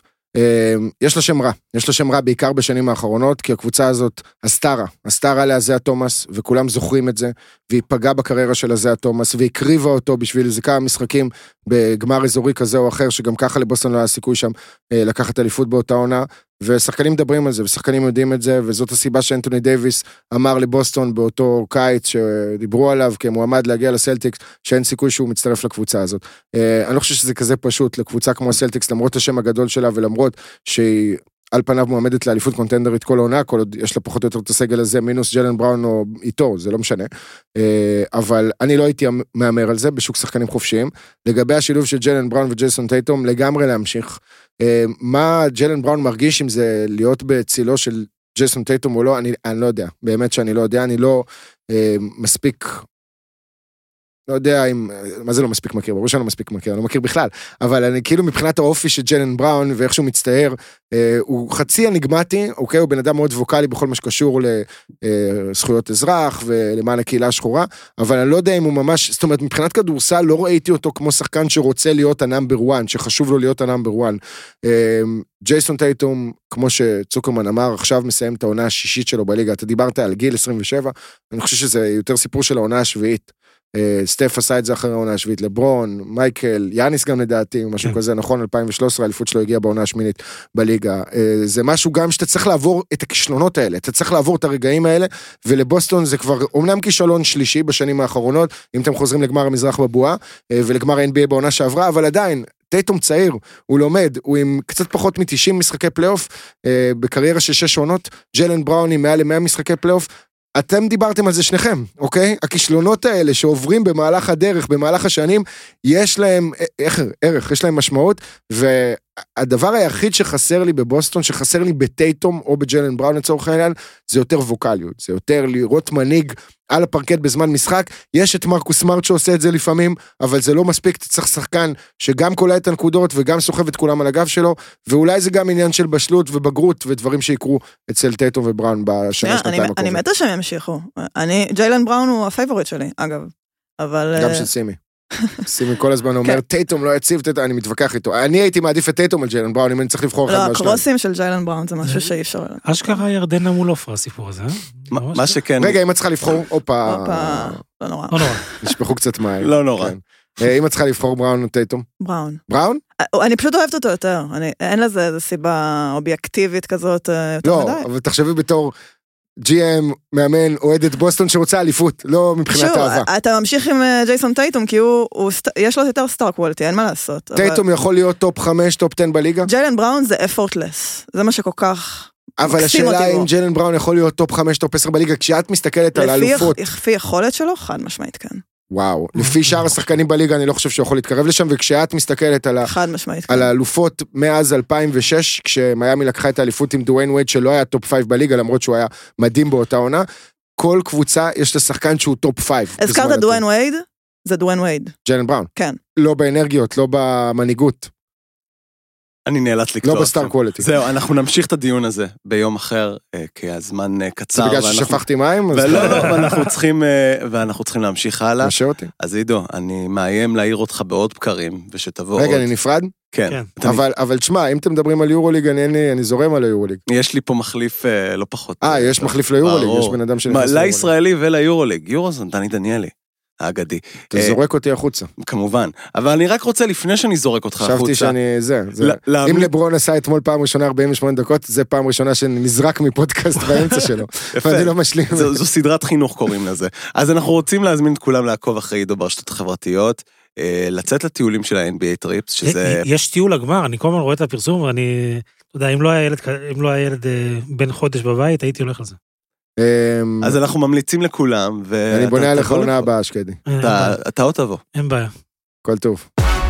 יש לה שם רע, יש לה שם רע בעיקר בשנים האחרונות, כי הקבוצה הזאת, הסטארה, הסטארה לאזיה תומאס, וכולם זוכרים את זה, והיא פגעה בקריירה של אזיה תומאס, והקריבה אותו בשביל איזה כמה משחקים בגמר אזורי כזה או אחר, שגם ככה לבוסטון לא היה סיכוי שם לקחת אליפות באותה עונה, ושחקנים מדברים על זה, ושחקנים יודעים את זה, וזאת הסיבה שאנטוני דייביס אמר לבוסטון באותו קיץ שדיברו עליו כמועמד להגיע לסלטיקס, שאין סיכוי שהוא מצטרף לקבוצה הזאת. אני לא חושב שזה כזה פשוט לקבוצה כמו הסלטיקס, למרות השם הגדול שלה, ולמרות שהיא על פניו מועמדת לאליפות קונטנדרית כל העונה, כל עוד יש לה פחות או יותר את הסגל הזה, מינוס ג'יילן בראון או איתו, זה לא משנה. אבל אני לא הייתי מאמר על זה בשוק שחקנים חופשיים. לגבי השילוב של ג'יילן בראון וג'ייסון טייטום, לגמרי להמשיך. מה ג'יילן בראון מרגיש אם זה להיות בצילו של ג'ייסון טייטום או לא, אני, אני לא יודע. באמת שאני לא יודע, אני לא מספיק... לא יודע אם, מה זה לא מספיק מכיר, ברור שאני לא מספיק מכיר, אני לא מכיר בכלל, אבל אני כאילו מבחינת האופי של ג'יילן בראון, ואיך שהוא מצטער, אה, הוא חצי אניגמטי, אוקיי, הוא בן אדם מאוד ווקלי, בכל מה שקשור לזכויות אזרח, ולמען הקהילה השחורה, אבל אני לא יודע אם הוא ממש, זאת אומרת, מבחינת כדורסל, לא ראיתי אותו כמו שחקן שרוצה להיות הנאמבר וואן, שחשוב לו להיות הנאמבר וואן. אה, ג'ייסון טייטום, כמו שצוקרמן אמר, עכשיו מסיים את העונה השישית שלו בליגה, אתה דיברת על גיל עשרים ושבע, אני חושב שזה יותר סיפור של העונה השביעית, סטף עשה את זה אחרי העונה השביעית, לברון, מייקל, יאניס גם לדעתי, משהו כזה, נכון, אלפיים ושלוש עשרה, האליפות שלו הגיעה בעונה השמינית בליגה, זה משהו גם שאתה צריך לעבור את הכישלונות האלה, אתה צריך לעבור את הרגעים האלה, ולבוסטון זה כבר, אומנם כישלון שלישי בשנים האחרונות, אם אתם חוזרים לגמר המזרח בבועה, ולגמר ה-אן בי איי בעונה שעברה, אבל עדיין, טייטום צעיר, הוא לומד, הוא עם קצת פחות מ-תשעים משחקי פלייאוף, בקריירה של שש עונות, ג'יילן בראון עם מעל ל-מאה משחקי פלייאוף, אתם דיברתם על זה שניכם, אוקיי? הכישלונות האלה שעוברים במהלך הדרך, במהלך השנים, יש להם ערך, ערך, יש להם משמעות, והדבר היחיד שחסר לי בבוסטון, שחסר לי בטייטום או בג'יילן בראון לצורך העניין, זה יותר ווקליות, זה יותר לראות מנהיג על הפרקט בזמן משחק, יש את מרקוס סמארט שעושה את זה לפעמים, אבל זה לא מספיק, צריך שחקן שגם קולע את הנקודות וגם סוחב את כולם על הגב שלו, ואולי זה גם עניין של בשלות ובגרות ודברים שיקרו אצל טייטום ובראון בשנה שנתיים הקרובות. אני מתה שהם ימשיכו. ג'יילן בראון הוא הפייבוריט שלי, אגב. אבל... גם של סימי. סימי כל הזמן אומר, טייטום לא יציב, אני מתווכח איתו. אני הייתי מעדיף את טייטום על ג'יילן בראון, אם אני צריך לבחור אחד מהשניים. לא, הקרוסים של ג'יילן בראון זה משהו שאי אפשר. אשכרה ירדנה מול אופרה, הסיפור הזה, מה שכן... רגע, אם את צריכה לבחור, אופה... לא נורא. נשפכו קצת מים. לא נורא. אם את צריכה לבחור בראון או טייטום? בראון. בראון? אני פשוט אוהבת אותו יותר. אין לזה איזו סיבה אובייקטיבית כזאת יותר מדי. לא, אבל תחשבי בתור... ג'י אם, מאמן, אוהדת בוסטון שרוצה אליפות, לא מבחינת אהבה. שוב, אתה ממשיך עם ג'ייסון טייטום, כי יש לו יותר סטאר קוולטי, אין מה לעשות. טייטום יכול להיות טופ חמש, טופ עשר בליגה? ג'יילן בראון זה effortless, זה מה שכל כך אבל השאלה אם ג'יילן בראון יכול להיות טופ חמש, טופ עשר בליגה, כשאת מסתכלת על האלופות. לפי יכולת שלו, חד משמעית כן. וואו, לפי שאר השחקנים בליגה אני לא חושב שהוא יכול להתקרב לשם, וכשאת מסתכלת על האלופות מאז אלפיים ושש, כשמיאמי לקחה את האליפות עם דוויין וייד, שלא היה טופ חמש בליגה, למרות שהוא היה מדהים באותה עונה, כל קבוצה יש לשחקן שהוא טופ חמש. הזכרת דוויין וייד? זה דוויין וייד. ג'יילן בראון? כן. לא באנרגיות, לא במנהיגות. אני נאלץ לקטוע. לא בסטאר קוולטי. זהו, אנחנו נמשיך את הדיון הזה ביום אחר, כי הזמן קצר. זה בגלל ששפכתי מים? ולא, ואנחנו צריכים, ואנחנו צריכים להמשיך הלאה. נשאר אותי. אז עידו, אני מאיים להעיר אותך בעוד בקרים, ושתבוא עוד. רגע, אני נפרד? כן. אבל תשמע, אם אתם מדברים על יורוליג, אני זורם על היורוליג. יש לי פה מחליף לא פחות. אה, יש מחליף ליורוליג, יש בן אדם שנכנס ליורוליג. לישראלי וליורוליג, יורוזון, דני דניאלי. האגדי. אתה זורק אותי החוצה. כמובן. אבל אני רק רוצה, לפני שאני זורק אותך החוצה... חשבתי שאני, זה, אם לברון עשה אתמול פעם ראשונה ארבעים ושמונה דקות, זה פעם ראשונה שנזרק מפודקאסט באמצע שלו. ואני לא משלים. זו סדרת חינוך קוראים לזה. אז אנחנו רוצים להזמין את כולם לעקוב אחרי עידו ברשתות החברתיות, לצאת לטיולים של ה-אן בי איי טריפס, שזה... יש טיול הגמר, אני כל הזמן רואה את הפרסום, ואני, אתה יודע, אם לא היה ילד בן חודש בבית, הייתי הולך על זה. אז אנחנו ממליצים לכולם. אני בונה עליך עונה הבאה, שקדי. אתה עוד תבוא. אין בעיה. כל טוב.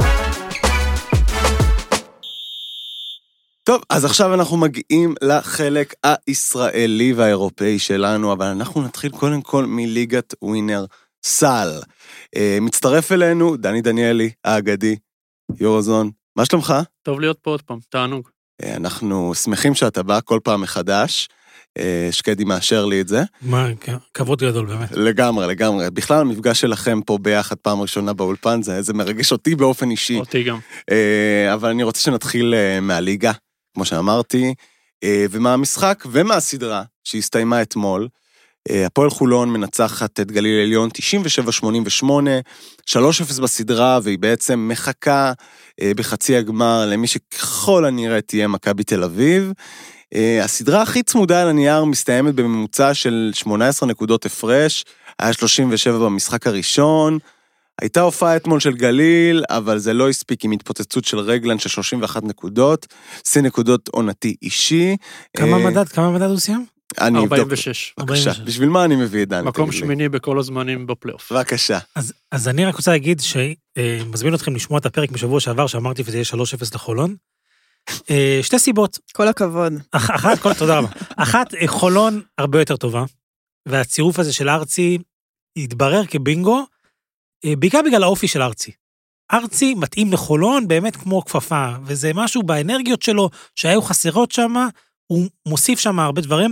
טוב, אז עכשיו אנחנו מגיעים לחלק הישראלי והאירופאי שלנו, אבל אנחנו נתחיל קודם כל מליגת ווינר סל. מצטרף אלינו דני דניאלי, האגדי, יורוזון. מה שלומך? טוב להיות פה עוד פעם, תענוג. אנחנו שמחים שאתה בא כל פעם מחדש. שקדי מאשר לי את זה. מה, כבוד גדול באמת. לגמרי, לגמרי. בכלל המפגש שלכם פה ביחד פעם ראשונה באולפן, זה, זה מרגש אותי באופן אישי. אותי גם. אבל אני רוצה שנתחיל מהליגה, כמו שאמרתי, ומה המשחק ומה הסדרה שהסתיימה אתמול. הפועל חולון מנצחת את גליל עליון תשעים ושבע שמונים ושמונה, שלוש אפס בסדרה, והיא בעצם מחכה בחצי הגמר למי שככל הנראה תהיה מכבי תל אביב. הסדרה הכי צמודה על הנייר מסתיימת בממוצע של שמונה עשרה נקודות הפרש, היה שלושים ושבע במשחק הראשון, הייתה הופעה אתמול של גליל, אבל זה לא הספיק עם התפוצצות של רגלן של שלושים ואחת נקודות, שיא נקודות עונתי אישי. כמה מדד, כמה מדד הוא סיים? ארבעים ושש. בבקשה, בשביל מה אני מביא את דני? מקום שמיני בכל הזמנים בפלייאוף. בבקשה. אז, אז אני רק רוצה להגיד שמזמין אתכם לשמוע את הפרק משבוע שעבר, שאמרתי וזה יהיה שלוש אפס לחולון. שתי סיבות. כל הכבוד. אחת, כל, תודה רבה. אחת, חולון הרבה יותר טובה, והצירוף הזה של ארצי התברר כבינגו, בעיקר בגלל האופי של ארצי. ארצי מתאים לחולון באמת כמו כפפה, וזה משהו באנרגיות שלו שהיו חסרות שם, הוא מוסיף שם הרבה דברים,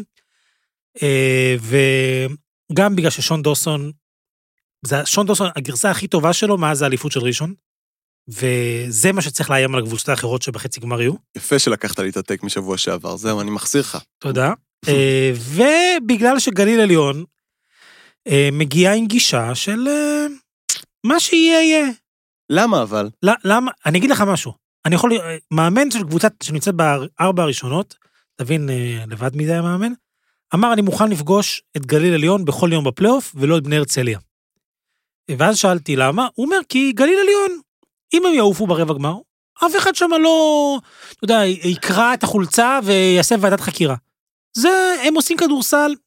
וגם בגלל ששון דוסון, זה שון דוסון, הגרסה הכי טובה שלו מאז האליפות של ראשון, וזה מה שצריך לאיים על הקבוצות האחרות שבחצי גמר יהיו. יפה שלקחת לי את הטק משבוע שעבר, זהו, אני מחזיר לך. תודה. ובגלל שגליל עליון מגיעה עם גישה של מה שיהיה יהיה. למה אבל? למה? אני אגיד לך משהו. אני יכול, מאמן של קבוצה שנמצאת בארבע הראשונות, תבין לבד מי זה המאמן, אמר אני מוכן לפגוש את גליל עליון בכל יום בפלייאוף, ולא את בני הרצליה. ואז שאלתי למה, הוא אומר כי גליל עליון, אם הם יעופו ברבע גמר, אף אחד שם לא, אתה יודע, יקרא את החולצה ויעשה ועדת חקירה. זה, הם עושים כדורסל,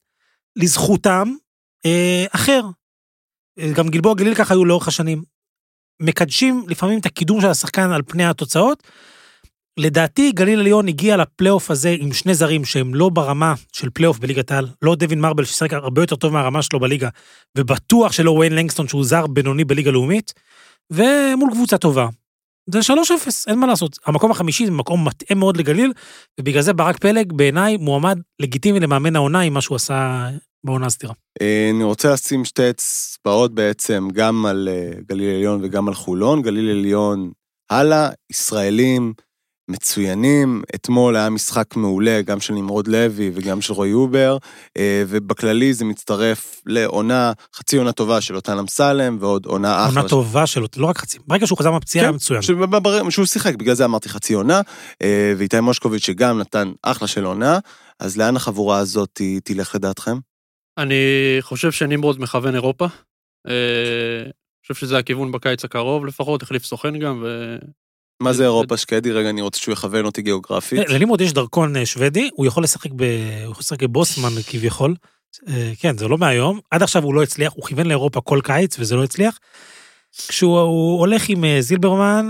לזכותם, אה, אחר. גם גלבוע גליל ככה היו לאורך השנים. מקדשים לפעמים את הקידום של השחקן על פני התוצאות. לדעתי גליל עליון הגיע לפלייאוף הזה עם שני זרים שהם לא ברמה של פלייאוף בליגת העל, לא דווין מרבל ששחק הרבה יותר טוב מהרמה שלו בליגה, ובטוח שלא וויין לנגסטון שהוא זר בינוני בליגה לאומית, ומול קבוצה טובה. זה שלוש אפס, אין מה לעשות. המקום החמישי זה מקום מתאים מאוד לגליל, ובגלל זה ברק פלג בעיניי מועמד לגיטימי למאמן העונה עם מה שהוא עשה בעונה הסתירה. אני רוצה לשים שתי אצבעות בעצם, גם על גליל עליון וגם על חולון. גליל עליון הלאה, ישראלים מצוינים, אתמול היה משחק מעולה, גם של נמרוד לוי וגם של רוי אובר, ובכללי זה מצטרף לעונה, חצי עונה טובה של אותן אמסלם, ועוד עונה אחלה. עונה טובה שלו, לא רק חצי, ברגע שהוא חזר מהפציעה היה מצוין. שהוא שיחק, בגלל זה אמרתי חצי עונה, ואיתי מושקוביץ' שגם נתן אחלה של עונה, אז לאן החבורה הזאת תלך לדעתכם? אני חושב שנמרוד מכוון אירופה, אני חושב שזה הכיוון בקיץ הקרוב, לפחות החליף סוכן גם, ו... מה זה אירופה שקדי? רגע, אני רוצה שהוא יכוון אותי גיאוגרפית. לנמרוד יש דרכון שוודי, הוא יכול לשחק בבוסמן כביכול, כן, זה לא מהיום, עד עכשיו הוא לא הצליח, הוא כיוון לאירופה כל קיץ וזה לא הצליח, כשהוא הולך עם זילברמן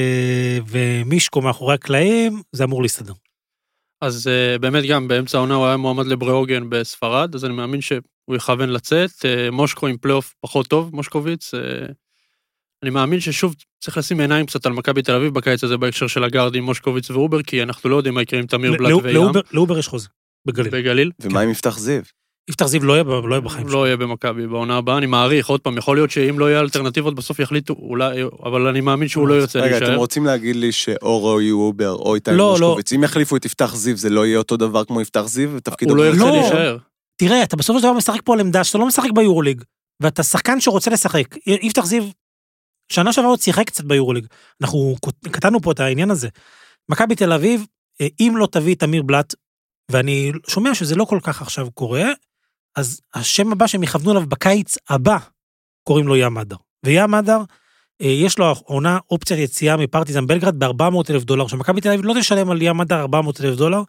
ומישקו מאחורי הקלעים, זה אמור להסתדר. אז באמת גם באמצע העונה הוא היה מועמד לבראוגן בספרד, אז אני מאמין שהוא יכוון לצאת, מושקו עם פלייאוף פחות טוב, מושקוביץ, אני מאמין ששוב צריך לשים עיניים קצת על מכבי תל אביב בקיץ הזה בהקשר של הגארדים, מושקוביץ ואובר, כי אנחנו לא יודעים מה יקרה עם תמיר בלט וים. לאובר יש חוזה, בגליל. בגליל. ומה עם יפתח זיו? יפתח זיו לא יהיה בחיים. לא יהיה במכבי בעונה הבאה, אני מעריך, עוד פעם, יכול להיות שאם לא יהיה אלטרנטיבות בסוף יחליטו, אולי, אבל אני מאמין שהוא לא ירצה להישאר. רגע, אתם רוצים להגיד לי שאו רוי אובר או איתי מושקוביץ, אם יחליפו את יפתח זיו, זה לא יהיה אותו דבר כמו יפתח זיו, ותפקידו הוא לא ירצה להישאר. תראה, אתה בסופו של דבר משחק פה על עמדה שאתה לא משחק ביורוליג, ואתה שחקן שרוצה לשחק. יפתח זיו, שנה שעברה עוד שיחק קצת ביורוליג. אנחנו כתבנו פה את העניין הזה. מכבי תל אביב, אם לא תביא את תמיר בלט, ואני שומע שזה לא כל כך עכשיו קורה, אז השם הבא שהם יכוונו עליו בקיץ הבא, קוראים לו ים אדר. וים אדר, יש לו עונה אופציית יציאה מפרטיזן בלגרד ב-ארבע מאות אלף דולר, שמכבי תל אביב לא תשלם על ים אדר ארבע מאות אלף דולר,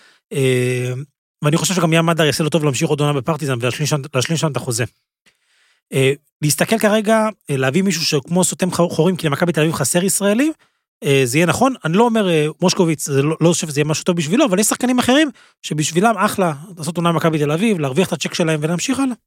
ואני חושב שגם ים אדר יעשה לו טוב להמשיך עוד עונה בפרטיזן, ולהשלים שם את החוזה. להסתכל כרגע, להביא מישהו שכמו סותם חורים, כי למכבי תל אביב חסר ישראלי, זה יהיה נכון, אני לא אומר מושקוביץ, לא חושב שזה יהיה משהו טוב בשבילו, אבל יש שחקנים אחרים, שבשבילם אחלה, לעשות עונה מכבי תל אביב, להרוויח את הצ'ק שלהם ולהמשיך הלאה.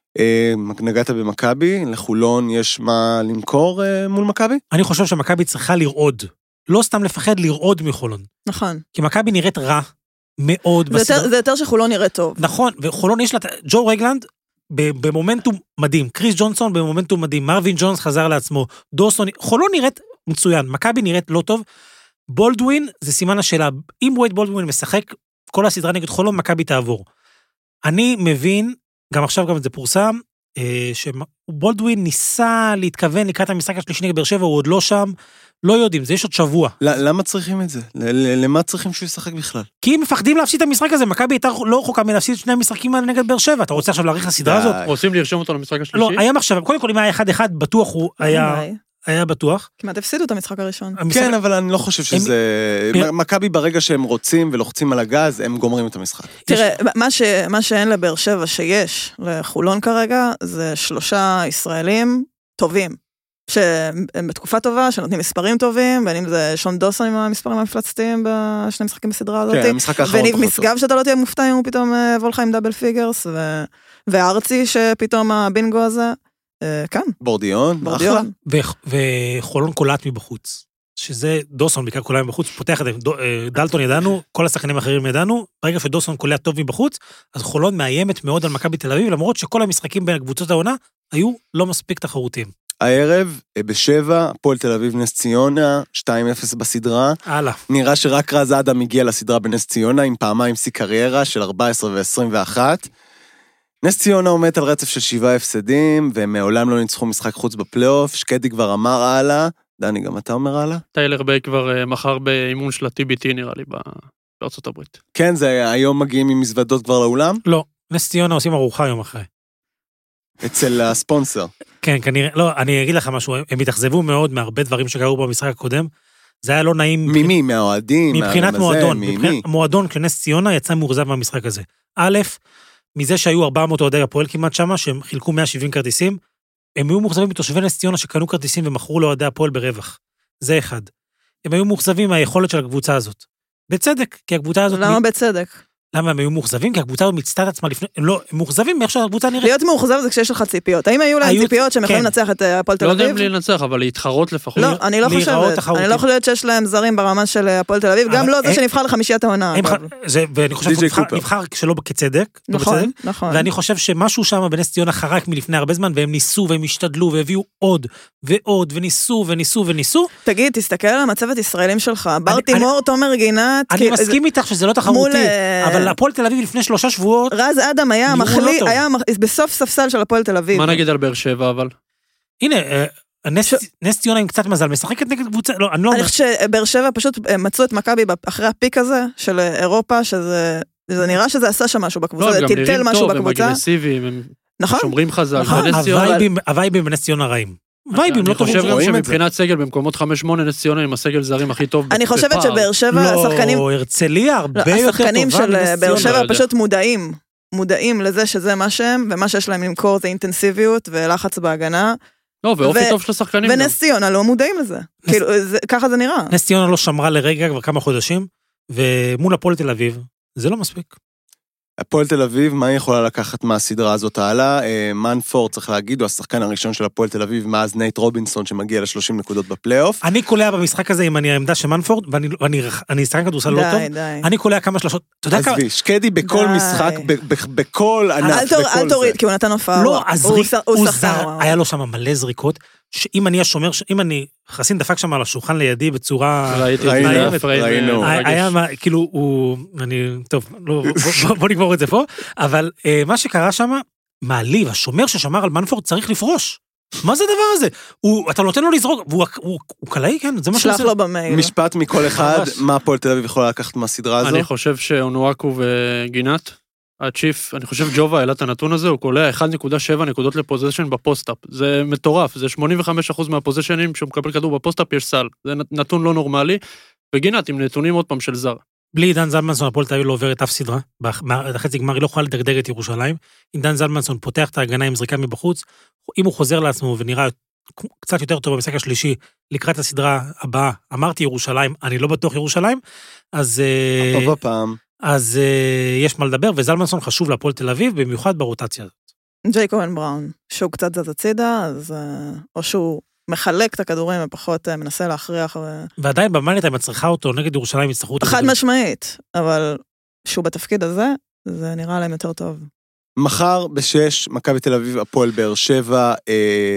נגעת במכבי, לחולון יש מה למכור מול מכבי? אני חושב שמכבי צריכה לרעוד, לא סתם לפחד לרעוד מחולון. נכון. כי מכבי נראית רע מאוד. זה יותר שחולון נראה טוב. נכון, וחולון יש לה, ג'ו רגלנד, במומנטום מדהים, קריס ג'ונסון במומנטום מדהים, מרווין ג'ונס חזר לעצמו, דוסון, חולון נראית מצוין, מכבי נראית לא טוב, בולדווין זה סימן השאלה, אם וייד בולדווין משחק, כל הסדרה נגד חולון, מכבי תעבור. אני מבין, גם עכשיו גם זה פורסם, שבולדווין ניסה להתכוון לקראת המשחק השלישי נגד באר שבע, הוא עוד לא שם, לא יודעים, זה יש עוד שבוע. למה צריכים את זה? למה צריכים שהוא ישחק בכלל? כי הם מפחדים להפסיד את המשחק הזה, מכבי הייתה לא רחוקה מלהפסיד שני המשחקים האלה נגד באר שבע, אתה רוצה עכשיו להאריך הסדרה הזאת? רוצים לרשום אותו למשחק השלישי? לא, היה מחשב, קודם כל אם היה אחד אחד, בטוח הוא היה... היה בטוח. כמעט הפסידו את המשחק הראשון. כן, אבל אני לא חושב שזה... מכבי ברגע שהם רוצים ולוחצים על הגז, הם גומרים את המשחק. תראה, מה שאין לבאר שבע שיש לחולון כרגע, זה שלושה ישראלים טובים, שהם בתקופה טובה, שנותנים מספרים טובים, בין אם זה שון דוסון עם המספרים המפלצתיים בשני משחקים בסדרה הזאת. כן, המשחק האחרון פחות טוב. ומשגב שאתה לא תהיה מופתע אם הוא פתאום וולחה עם דאבל פיגרס, וארצי שפתאום הבינגו הזה, כן. בורדיון, אחלה. וחולון קולט מבחוץ, שזה דוסון בעיקר קולט מבחוץ, פותח את זה, דלטון ידענו, כל השחקנים האחרים ידענו, ברגע שדוסון קולט טוב מבחוץ, אז חולון מאיימת מאוד על מכבי תל אביב, למרות שכל המשחקים בין הקבוצות העונה, היו לא מספיק תחרותיים. הערב, בשבע, הפועל תל אביב נס ציונה, שתיים אפס בסדרה. הלאה. נראה שרק רז אדם הגיע לסדרה בנס ציונה, עם פעמיים שיא קריירה של ארבע עשרה ועשרים ואחת. נס ציונה עומד על רצף של שבעה הפסדים, והם מעולם לא ניצחו משחק חוץ בפלייאוף, שקדי כבר אמר הלאה, דני, גם אתה אומר הלאה? טיילר ביי כבר מחר באימון של ה-טי בי טי נראה לי בארצות הברית. כן, זה היום מגיעים עם מזוודות כבר לאולם? לא, נס ציונה עושים ארוחה יום אחרי. אצל הספונסר. כן, כנראה, לא, אני אגיד לך משהו, הם התאכזבו מאוד מהרבה דברים שקרו במשחק הקודם, זה היה לא נעים... ממי? מהאוהדים? מבחינת מועדון, מבחינת מועדון כנס ציונה יצא מאוכזב מהמשחק הזה. א', מזה שהיו ארבע מאות אוהדי הפועל כמעט שמה, שהם חילקו מאה שבעים כרטיסים, הם היו מאוכזבים מתושבי נס ציונה שקנו כרטיסים ומכרו לאוהדי הפועל ברווח. זה אחד. הם היו מאוכזבים מהיכולת של הקבוצה הזאת. בצדק, כי הקבוצה הזאת... למה בצדק? למה הם היו מאוכזבים? כי הקבוצה הזאת מצטעת עצמה לפני... הם לא, הם מאוכזבים מאיך שהקבוצה נראית. להיות מאוכזב זה כשיש לך ציפיות. האם היו להם ציפיות שהם יכולים לנצח את הפועל תל לא אביב? יודע אם לנצח, אבל להתחרות לפחות. לא, אני לא חושבת. אני לא חושבת שיש להם זרים ברמה של הפועל תל אביב, גם לא זה שנבחר לחמישיית העונה. ואני חושב שנבחר שלא בצדק. נכון, נכון. ואני חושב שמשהו שם בנס ציונה חרק מלפני הרבה זמן, והם ניסו והם השתדלו והביאו עוד ועוד וניסו וניסו וניסו. תגיד, תסתכל על המצבת ישראלים שלך. בר תימור, תומר גינת. אני מסכים איתך שזה לא תחרותי, אבל הפועל תל אביב לפני שלושה שבועות. רז אדם היה מחליט, היה בסוף ספסל של הפועל תל אביב. מה נגיד על באר שבע, אבל? הנה, נס ציונה עם קצת מזל, משחקת נגד קבוצה, לא, אני לא... אני חושב שבאר שבע פשוט מצאו את מכבי אחרי הפיק הזה של אירופה, שזה נראה שזה עשה שם משהו בקבוצה, זה טלטל משהו בקבוצה. הם אגרסיביים, הם שומרים חזק. הווייבים בנס ציונה רעים. וייבים לא טובים. אני חושב גם שמבחינת סגל במקומות חמש שמונה נס ציונה עם הסגל זרים הכי טוב. אני חושבת שבאר שבע, השחקנים... לא, הרצליה הרבה יותר טובה. השחקנים של באר שבע פשוט מודעים, מודעים לזה שזה מה שהם, ומה שיש להם למכור זה אינטנסיביות ולחץ בהגנה. לא, ואופי טוב של השחקנים. ונס ציונה לא מודעים לזה. כאילו, ככה זה נראה. נס ציונה לא שמרה לרגע כבר כמה חודשים, ומול הפועל תל אביב, זה לא מספיק. הפועל תל אביב, מה היא יכולה לקחת מהסדרה הזאת הלאה? מנפורד, צריך להגיד, הוא השחקן הראשון של הפועל תל אביב, מאז נייט רובינסון שמגיע ל-שלושים נקודות בפלייאוף. אני קולע במשחק הזה עם העמדה של מנפורד, ואני אשחק כדורסל לא טוב, אני קולע כמה שלשות. עזבי, שקדי בכל משחק, בכל ענף, אל תוריד, כי הוא נתן הופעה. לא, הוא זר, היה לו שם מלא זריקות, שאם אני השומר, אם אני חסין דפק שם על השולחן לידי בצורה... ראינו, היה כאילו, הוא... אני... טוב, בוא נגמור את זה פה, אבל מה שקרה שם, מעליב, השומר ששמר על מנפורד צריך לפרוש. מה זה הדבר הזה? אתה נותן לו לזרוק, והוא קלעי, כן? זה מה שלח לו במייל. משפט מכל אחד, מה הפועל תל אביב יכולה לקחת מהסדרה הזו? אני חושב שאונואקו וגינת, הצ'יף, אני חושב ג'ובה העלה את הנתון הזה, הוא קולע אחת נקודה שבע נקודות לפוזיישן בפוסט-אפ. זה מטורף, זה שמונים וחמישה אחוז מהפוזיישנים שהוא מקבל כדור בפוסט-אפ, יש סל. זה נתון לא נורמלי, וגינת עם נתונים עוד פעם של זר. בלי דן זלמנסון, הפועל תל אביב לא עוברת אף סדרה, בחצי גמר היא לא יכולה לדרדר את ירושלים. אם דן זלמנסון פותח את ההגנה עם זריקה מבחוץ, אם הוא חוזר לעצמו ונראה קצת יותר טוב במשחק השלישי, לקראת הסדרה הבאה, אמרתי ירושלים, אני לא בטוח ירושלים, אז... הפעם. אז uh, יש מה לדבר, וזלמנסון חשוב להפועל תל אביב, במיוחד ברוטציה הזאת. ג'יי כהן בראון, שהוא קצת זז הצידה, אז uh, או שהוא מחלק את הכדורים ופחות uh, מנסה להכריח. ו... ועדיין במאנית הם צריכה אותו נגד ירושלים יצטרכו את חד משמעית, אבל שהוא בתפקיד הזה, זה נראה להם יותר טוב. מחר בשש, מכבי תל אביב, הפועל באר שבע, אה,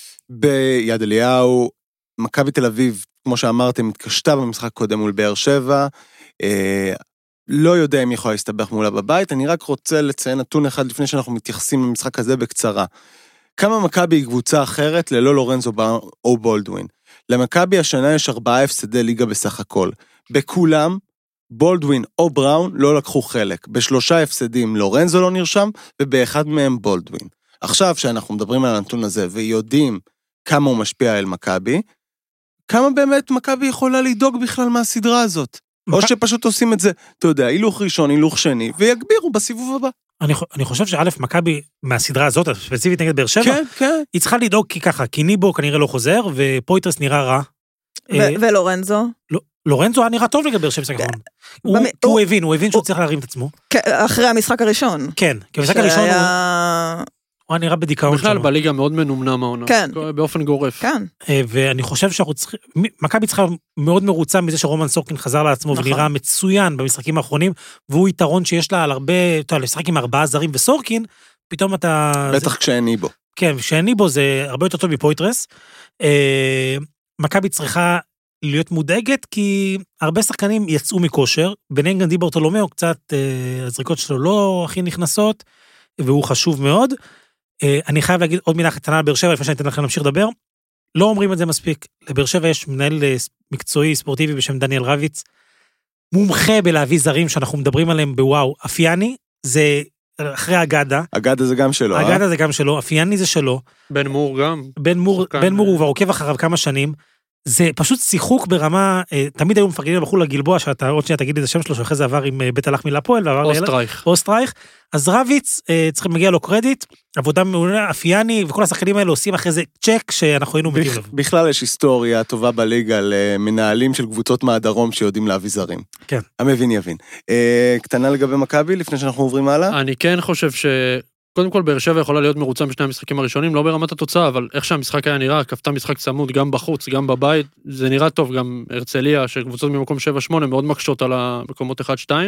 ביד אליהו, מכבי תל אביב, כמו שאמרתם, התקשתה במשחק קודם מול באר שבע, אה, לא יודע אם יכולה להסתבך מולה בבית, אני רק רוצה לציין נתון אחד לפני שאנחנו מתייחסים למשחק הזה בקצרה. כמה מכבי היא קבוצה אחרת ללא לורנזו או בולדווין. למכבי השנה יש ארבעה הפסדי ליגה בסך הכל. בכולם, בולדווין או בראון לא לקחו חלק. בשלושה הפסדים לורנזו לא נרשם, ובאחד מהם בולדווין. עכשיו שאנחנו מדברים על הנתון הזה, ויודעים כמה הוא משפיע על מכבי, כמה באמת מכבי יכולה לדאוג בכלל מהסדרה הזאת? או שפשוט עושים את זה, אתה יודע, הילוך ראשון, הילוך שני, ויגבירו בסיבוב הבא. אני חושב שא' מכבי מהסדרה הזאת, הספציפית נגד באר שבע, כן, כן. היא צריכה לדאוג כי ככה, כי ניבו כנראה לא חוזר, ופויטרס נראה רע. ולורנזו? לורנזו היה נראה טוב לגבי באר שבע. הוא הבין, הוא הבין שהוא צריך להרים את עצמו. אחרי המשחק הראשון. כן, כי המשחק הראשון הוא נראה בדיכאון. בכלל בליגה מאוד מנומנה מהעונה. כן. באופן גורף. כן. ואני חושב שאנחנו צריכים, מכבי צריכה מאוד מרוצה מזה שרומן סורקין חזר לעצמו ונראה מצוין במשחקים האחרונים, והוא יתרון שיש לה על הרבה, אתה יודע, לשחק עם ארבעה זרים וסורקין, פתאום אתה... בטח כשאין ניבו. כן, כשאין ניבו זה הרבה יותר טוב מפויטרס. מכבי צריכה להיות מודאגת, כי הרבה שחקנים יצאו מכושר, ביניהם גם דיבר ברטולומיאו, קצת הזריקות שלו לא הכי נכנסות, והוא חשוב מאוד. אני חייב להגיד עוד מילה קטנה על באר שבע, לפני שאני אתן לכם להמשיך לדבר, לא אומרים את זה מספיק, לבאר שבע יש מנהל מקצועי ספורטיבי בשם דניאל רביץ, מומחה בלהביא זרים שאנחנו מדברים עליהם בוואו, אפיאני, זה אחרי אגדה. אגדה זה גם שלו, אגדה אה? זה גם שלו, אפיאני זה שלו. בן מור גם. בן מור, בן מור הוא כבר עוקב אחריו כמה שנים, זה פשוט שיחוק ברמה, תמיד היו מפרגנים לבחור לגלבוע, שאתה עוד שנייה תגיד את השם שלו, שאחרי זה עבר עם בית הלחמי לפועל, אוסטרייך. אוסטרייך, אז רביץ, צריכים להגיע לו קרדיט, עבודה מעולה, אפיאני, וכל השחקנים האלה עושים אחרי זה צ'ק, שאנחנו היינו מתאים לב. בכלל יש היסטוריה טובה בליגה, למנהלים של קבוצות מהדרום, שיודעים להביא זרים. כן. המבין יבין. קטנה לגבי מכבי, לפני שאנחנו עוברים הלאה? אני כן חושב ש... קודם כל, באר שבע יכולה להיות מרוצה משני המשחקים הראשונים, לא ברמת התוצאה, אבל איך שהמשחק היה נראה, כפתה משחק צמוד, גם בחוץ, גם בבית, זה נראה טוב, גם הרצליה, שקבוצות ממקום שבע שמונה, מאוד מקשות על המקומות אחד שתיים,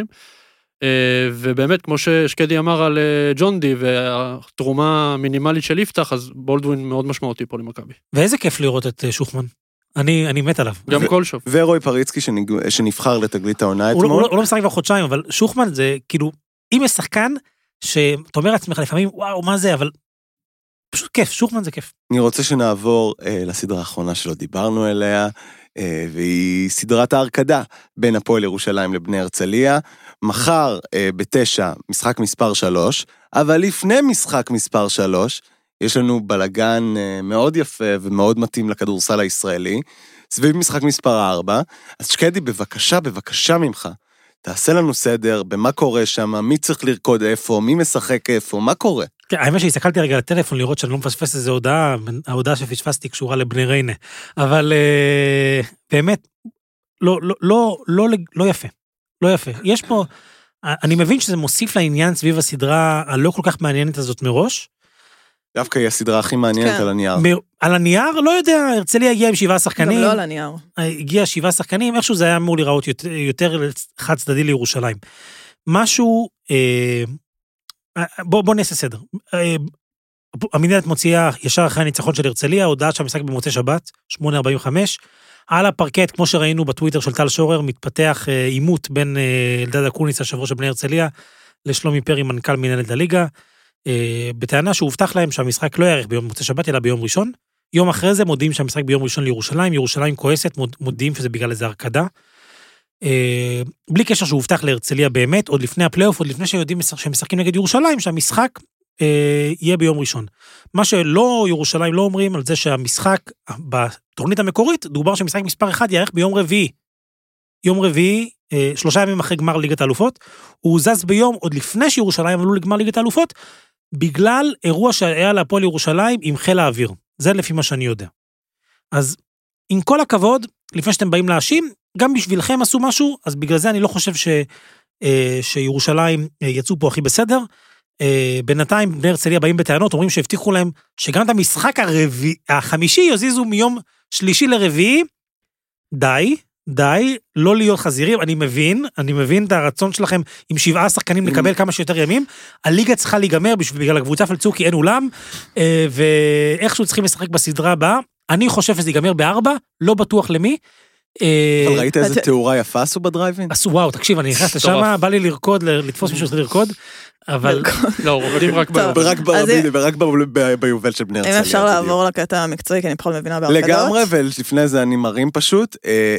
ובאמת, כמו ששקדי אמר על ג'ון די, והתרומה המינימלית של יפתח, אז בולדווין מאוד משמעותי פה למכבי. ואיזה כיף לראות את שוחמן. אני, אני מת עליו. גם כל שוב. ורוי פריצקי שנבחר לתגלית העונה אתמול. הוא לא משחק כבר חודשיים, אבל שוחמן זה כאילו, אם יש שחקן, שאתה אומר לעצמך לפעמים, וואו, מה זה, אבל פשוט כיף, שוחמן זה כיף. אני רוצה שנעבור אה, לסדרה האחרונה שלא דיברנו אליה, אה, והיא סדרת ההרקדה בין הפועל ירושלים לבני הרצליה, מחר אה, בתשע משחק מספר שלוש, אבל לפני משחק מספר שלוש, יש לנו בלגן אה, מאוד יפה ומאוד מתאים לכדורסל הישראלי, סביב משחק מספר ארבע, אז שקדי בבקשה, בבקשה ממך, תעשה לנו סדר, במה קורה שם, מי צריך לרקוד איפה, מי משחק איפה, מה קורה? כן, האמת שהסתכלתי רגע לטלפון לראות שאני לא מפספס איזו הודעה, ההודעה שפספסתי קשורה לבני ריינה, אבל באמת, לא, לא, לא, לא, לא יפה, לא יפה. יש פה, אני מבין שזה מוסיף לעניין סביב הסדרה הלא כל כך מעניינת הזאת מראש, דווקא היא הסדרה הכי מעניינת כן. על הנייר. על הנייר, לא יודע, הרצליה הגיע עם שבעה שחקנים. גם לא על הנייר. הגיע שבעה שחקנים, איכשהו זה היה אמור לראות יותר, יותר חד צדדי לירושלים. משהו, אה, בוא, בוא נעשה סדר. אה, המדינת מוציאה ישר אחרי הניצחון של הרצליה, הודעת שהמשחק במוצאי שבת, שמונה ארבעים וחמש, על הפרקט, כמו שראינו בטוויטר של טל שורר, מתפתח אה, עימות בין אה, אלדד אקוניס, השבוע של בני הרצליה, לשלומי פרי, מנכ"ל מנהלת הליגה, בטענה שהובטח להם שהמשחק לא יארך ביום מוצאי שבת, אלא ביום ראשון. יום אחרי זה מודיעים שהמשחק ביום ראשון לירושלים, ירושלים כועסת, מודיעים שזה בגלל איזה הרקדה. בלי קשר שהובטח להרצליה באמת, עוד לפני הפלייאוף, עוד לפני שיודעים שהם משחקים נגד ירושלים, שהמשחק יהיה ביום ראשון. מה שלא ירושלים לא אומרים על זה שהמשחק, בתוכנית המקורית, דובר שמשחק מספר אחד יארך ביום רביעי. יום רביעי, שלושה ימים אחרי גמר ליגת האלופות, הוא זז ביום, עוד לפני שירושלים עלו לגמר ליגת האלופות, בגלל אירוע שהיה להפועל ירושלים עם חיל האוויר. זה לפי מה שאני יודע. אז עם כל הכבוד, לפני שאתם באים להאשים, גם בשבילכם עשו משהו, אז בגלל זה אני לא חושב ש, שירושלים יצאו פה הכי בסדר. בינתיים בני הרצליה באים בטענות, אומרים שהבטיחו להם שגם את המשחק הרביעי, החמישי יזיזו מיום שלישי לרביעי. די, די, לא להיות חזירים, אני מבין, אני מבין את הרצון שלכם עם שבעה שחקנים לקבל כמה שיותר ימים, הליגה צריכה להיגמר בגלל הקבוצה פלצוקי אין אולם, ואיכשהו צריכים לשחק בסדרה הבאה, אני חושב שזה ייגמר בארבע, לא בטוח למי. אבל ראית איזה תאורה יפה עשו בדרייבין? עשו, וואו, תקשיב, אני נכנס לשם, בא לי לרקוד, לתפוס מישהו שצריך לרקוד, אבל... לא, רוקדים רק ורק ביובל של בני הרצליה. אם אפשר לעבור לקטע המקצועי, כי אני פחות מבינה בהרקדות. לגמרי, ולפני זה אני מרים פשוט,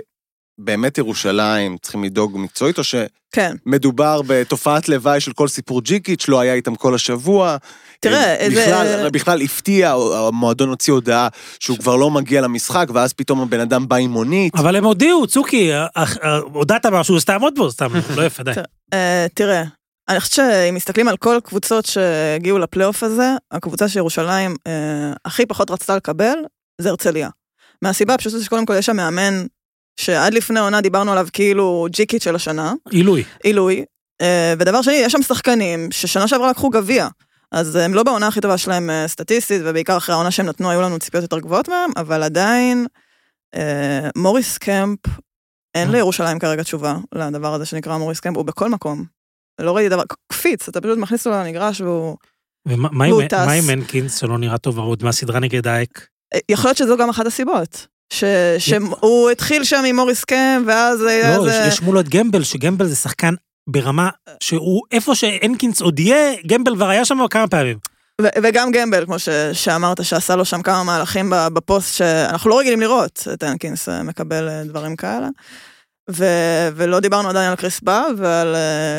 באמת ירושלים צריכים לדאוג מקצועית, או שמדובר בתופעת לוואי של כל סיפור ג'יקיץ', לא היה איתם כל השבוע, תראה, איזה... בכלל הפתיע, המועדון הוציא הודעה שהוא כבר לא מגיע למשחק, ואז פתאום הבן אדם בא עם מונית. אבל הם הודיעו, צוקי, הודעת משהו, סתם עוד בו, סתם, לא יפה, די. תראה, אני חושבת שאם מסתכלים על כל קבוצות שהגיעו לפלייאוף הזה, הקבוצה שירושלים הכי פחות רצתה לקבל, זה הרצליה. מהסיבה פשוט שקודם כל יש המאמן, שעד לפני עונה דיברנו עליו כאילו ג'יקיץ' של השנה. עילוי. עילוי. ודבר שני, יש שם שחקנים ששנה שעברה לקחו גביע. אז הם לא בעונה הכי טובה שלהם סטטיסטית, ובעיקר אחרי העונה שהם נתנו, היו לנו ציפיות יותר גבוהות מהם, אבל עדיין, מוריס קמפ, אין לירושלים כרגע תשובה לדבר הזה שנקרא מוריס קמפ, הוא בכל מקום. לא ראיתי דבר, קפיץ, אתה פשוט מכניס לו למגרש והוא... ומה עם מנקינס שלא נראה טוב, עוד מהסדרה נגד אייק? יכול להיות שזו גם אחת הסיבות. שהוא התחיל שם עם מוריס קמפ, ואז... לא, יש מולו את גמבל, שגמבל זה שחקן ברמה שהוא, איפה שאנקינס עוד יהיה, גמבל כבר היה שם כמה פעמים. וגם גמבל, כמו שאמרת, שעשה לו שם כמה מהלכים בפוסט, שאנחנו לא רגילים לראות את אנקינס מקבל דברים כאלה. ולא דיברנו עדיין על קריס בא, ועל...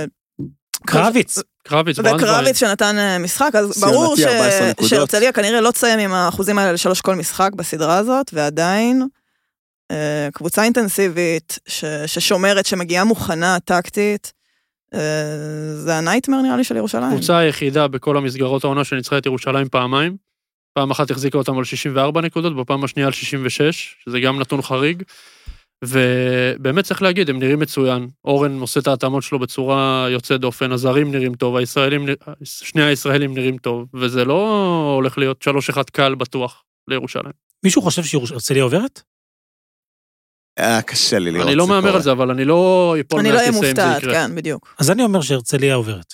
קרביץ. קרביץ, וקרביץ שנתן משחק, אז ברור שהרצליה כנראה לא תסיים עם האחוזים האלה לשלוש כל משחק בסדרה הזאת, ועדיין קבוצה אינטנסיבית, ששומרת, שמגיעה מוכנה, טקטית, זה הנייטמר נראה לי של ירושלים. קבוצה היחידה בכל המסגרות העונה שניצחה את ירושלים פעמיים, פעם אחת החזיקה אותם על שישים וארבע נקודות, בפעם השנייה על שישים ושש, שזה גם נתון חריג, ובאמת צריך להגיד, הם נראים מצוין, אורן עושה את ההתאמות שלו בצורה יוצאת דופן, הזרים נראים טוב, הישראלים, שני הישראלים נראים טוב, וזה לא הולך להיות שלוש אחד קל בטוח לירושלים. מישהו חושב שהרצליה עוברת? היה קשה לי לראות. אני לא מאמר על זה, אבל אני לא אפול אני לא אהיה מהכיסא אם זה מופתעת, יקרה. כן, בדיוק. אז אני אומר שהרצליה עוברת.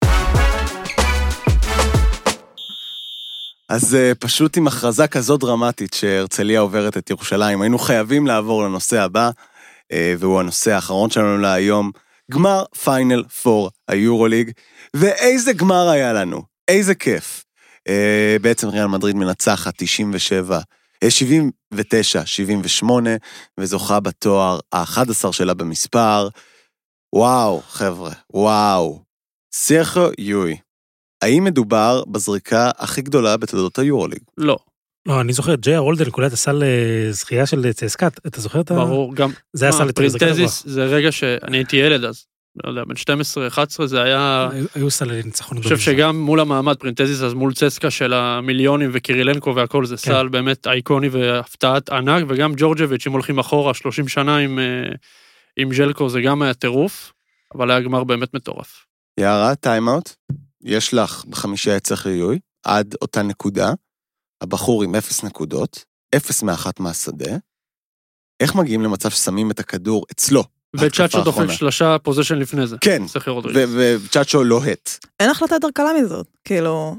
אז uh, פשוט עם הכרזה כזו דרמטית שהרצליה עוברת את ירושלים, היינו חייבים לעבור לנושא הבא, uh, והוא הנושא האחרון שלנו להיום, גמר פיינל פור היורוליג, ואיזה גמר היה לנו, איזה כיף. Uh, בעצם ריאל מדריד מנצחת תשעים ושבע, שבעים ותשע שבעים ושמונה, וזוכה בתואר ה-אחד עשר שלה במספר. וואו, חבר'ה, וואו. סרחיו יואי. האם מדובר בזריקה הכי גדולה בתולדות היורוליג? לא. לא, אני זוכר, ג'יי רולדן קולע את הסל זכייה של צסקה, אתה זוכר את ה... ברור, גם... זה היה סל יותר זריקה גבוה. פרינטזיס זה רגע שאני הייתי ילד אז, לא יודע, בין שתים עשרה אחת עשרה זה היה... היו סל ניצחון. אני חושב שגם מול המעמד פרינטזיס, אז מול צסקה של המיליונים וקירילנקו והכל, זה סל באמת אייקוני והפתעת ענק, וגם ג'ורג'ביץ', אם הולכים אחורה, שלושים שנה עם ז'לקו, זה גם היה טירוף, אבל היה גמר באמת מטורף. יערה, טיימאוט, יש לך בחמישה יצח ליוי, עד אותה נקודה, הבחור עם אפס נקודות, אפס מאחת מהשדה, איך מגיעים למצב ששמים את הכדור אצלו? וצ'אצ'ו דופק שלושה פוזיישן לפני זה. כן, וצ'אצ'ו לא הט. אין החלטה יותר קלה מזאת, כאילו,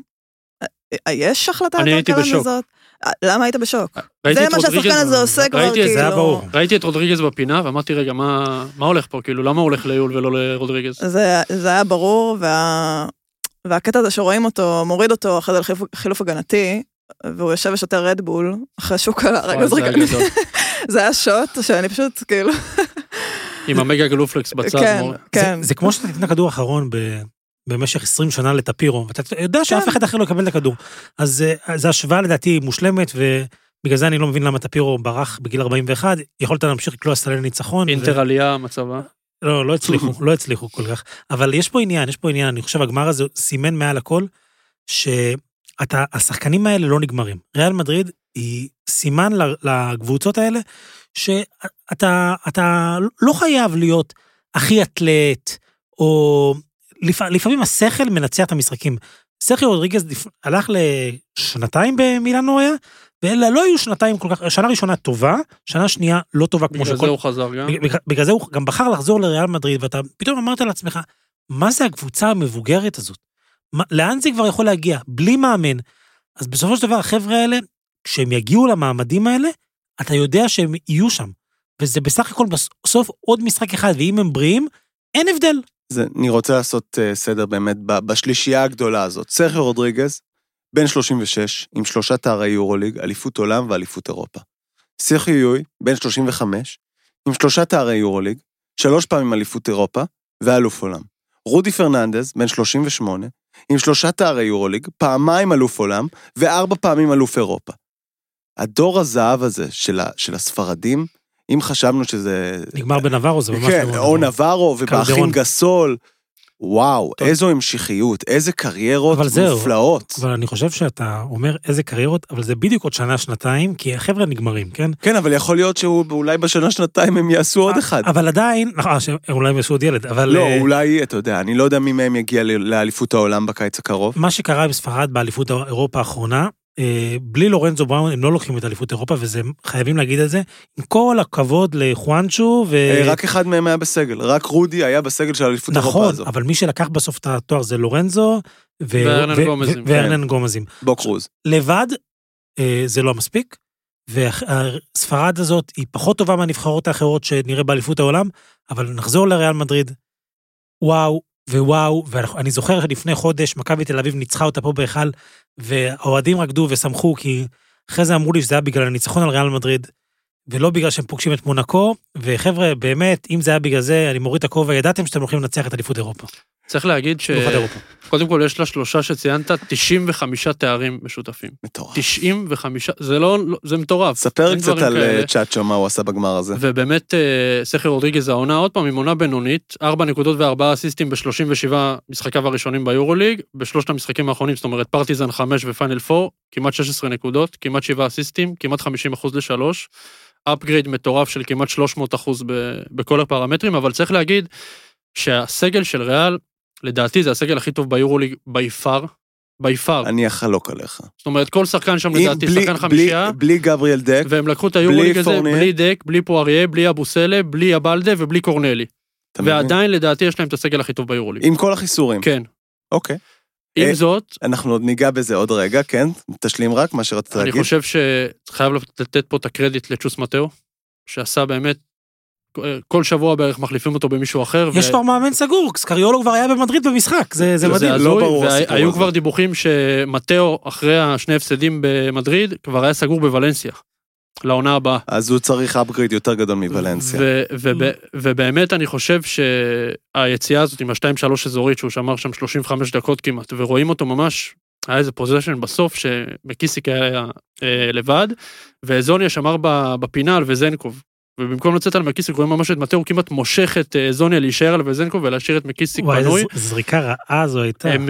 יש החלטה יותר קלה מזאת? למה היית בשוק? זה מה שהשחקן הזה עושה כבר, כאילו. ראיתי את רודריגז בפינה, ואמרתי, רגע, מה הולך פה? כאילו, למה הוא הולך ליול ולא לרודריגז? זה היה ברור, והקטע הזה שרואים אותו, מוריד אותו אחרי זה לחילוף הגנתי, והוא יושב ושותה רדבול, אחרי שהוא קלה, רגע, זה היה שוט, שאני פשוט, כאילו... עם המגה גלופלקס בצד. כן, כן. זה כמו שאתה תתנה כדור אחרון במשך עשרים שנה לטפירו, ואתה יודע שאף אחד אחר לא יקבל את הכדור. אז זו השוואה לדעתי מושלמת, ובגלל זה אני לא מבין למה טפירו ברח בגיל ארבעים ואחת, יכולת להמשיך לקלוע סלי לניצחון. אינטר עלייה מצבה. לא, לא הצליחו, לא הצליחו כל כך. אבל יש פה עניין, יש פה עניין, אני חושב הגמר הזה סימן מעל הכל, שהשחקנים האלה לא נגמרים. ריאל מדריד היא סימן לקבוצות האלה, שאתה אתה לא חייב להיות הכי אתלט, או לפעמים השכל מנצח את המשחקים. סרחיו רודריגז הלך לשנתיים במילאנו היה, ואלה לא היו שנתיים כל כך, שנה ראשונה טובה, שנה שנייה לא טובה כמו שכל... בגלל זה הוא חזר גם. בגלל זה הוא גם בחר לחזור לריאל מדריד, ואתה פתאום אמרת לעצמך, מה זה הקבוצה המבוגרת הזאת? לאן זה כבר יכול להגיע? בלי מאמן. אז בסופו של דבר החבר'ה האלה, כשהם יגיעו למעמדים האלה, אתה יודע שהם יהיו שם. וזה בסך הכל בסוף עוד משחק אחד, ואם הם בריאים, אין הבדל. זה, אני רוצה לעשות uh, סדר באמת בשלישייה הגדולה הזאת. סרחיו רודריגז, בן שלושים ושש, עם שלושה תארי יורוליג, אליפות עולם ואליפות אירופה. סרחיו יואי, בן שלושים וחמש, עם שלושה תארי יורוליג, שלוש פעמים אליפות אירופה ואלוף עולם. רודי פרננדז, בן שלושים ושמונה, עם שלושה תארי יורוליג, פעמיים אלוף עולם וארבע פעמים אלוף אירופה. הדור הזהב הזה של, ה, של הספרדים, אם חשבנו שזה... נגמר בנברו, זה ממש... כן, או נברו ובאחים גסול, וואו, טוב. איזו המשיכיות, איזה קריירות מופלאות. אבל אני חושב שאתה אומר איזה קריירות, אבל זה בדיוק עוד שנה, שנתיים, כי החבר'ה נגמרים, כן? כן, אבל יכול להיות שאולי בשנה, שנתיים הם יעשו עוד אחד. אבל עדיין, אולי הם יעשו עוד ילד, אבל... לא, אולי, אתה יודע, אני לא יודע מי מהם יגיע לאליפות העולם בקיץ הקרוב. מה שקרה בספרד באליפות אירופה האחרונה, בלי לורנזו בראון הם לא לוקחים את אליפות אירופה, וזה חייבים להגיד את זה, עם כל הכבוד לחואנצ'ו ו... רק אחד מהם היה בסגל, רק רודי היה בסגל של אליפות אירופה הזו. נכון, אבל מי שלקח בסוף את התואר זה לורנזו, וארנן גומזים. בו קרוז. לבד, זה לא מספיק, והספרד הזאת היא פחות טובה מהנבחרות האחרות שנראה באליפות העולם, אבל נחזור לריאל מדריד, וואו, ווואו, ואני זוכר שלפני חודש, מכבי תל אביב ניצחה אותה פה בהיכל, והאוהדים רקדו ושמחו, כי אחרי זה אמרו לי שזה היה בגלל הניצחון על ריאל מדריד, ולא בגלל שהם פוגשים את מונקו, וחבר'ה, באמת, אם זה היה בגלל זה, אני מוריד את הכובע, ידעתם שאתם הולכים לנצח את אליפות אירופה. צריך להגיד ש... קודם כל יש לה שלושה שציינת, תשעים וחמישה תארים משותפים. מטורף. תשעים וחמישה, זה לא, זה מטורף. ספר קצת על צ'אצ'ו, מה הוא עשה בגמר הזה. ובאמת, סכר רודריגז העונה, עוד פעם, עם עונה בינונית, ארבע נקודות וארבעה אסיסטים ב-שלושים ושבעה משחקיו הראשונים ביורוליג, בשלושת המשחקים האחרונים, זאת אומרת, פרטיזן חמש ופיינל פור, כמעט שש עשרה נקודות, כמעט שבעה אסיסטים, כמעט חמישים אחוז לשלוש, אפגרייד מטורף של כמעט שלוש מאות אחוז בכל הפרמטרים, אבל צריך להגיד שהסגל של ריאל, לדעתי זה הסגל הכי טוב ביורוליג ביפר, ביפר. אני אחלוק עליך. זאת אומרת, כל שחקן שם לדעתי, שחקן חמישייה. בלי גבריאל דק. והם לקחו את היורוליג הזה, בלי דק, בלי פואריה, בלי אבוסלה, בלי אבלדה ובלי קורנלי. ועדיין לדעתי יש להם את הסגל הכי טוב ביורוליג. עם כל החיסורים. כן. אוקיי. עם זאת... אנחנו עוד ניגע בזה עוד רגע, כן? תשלים רק מה שרצית להגיד. אני חושב שחייב לתת פה את הקרדיט לצ'וס מטאו, שעשה באמת כל שבוע בערך מחליפים אותו במישהו אחר. יש כבר מאמן סגור, סקריולו כבר היה במדריד במשחק, זה מדהים. לא ברור. היו כבר דיווחים שמטאו, אחרי השני הפסדים במדריד, כבר היה סגור בוולנסיה, לעונה הבאה. אז הוא צריך אפגריד יותר גדול מוולנסיה. ובאמת אני חושב שהיציאה הזאת עם ה-שתיים שלוש אזורית, שהוא שמר שם שלושים וחמש דקות כמעט, ורואים אותו ממש, היה איזה פוזיישן בסוף, שמקיסיק היה לבד, וזוניה שמר בפינה על וזנקוב. ובמקום לצאת על מקיסיק, רואים ממש את מטאו, הוא כמעט מושך את זוניה להישאר על וזנקוב, ולהשאיר את מקיסיק פנוי. וואי, זריקה רעה זו הייתה. הם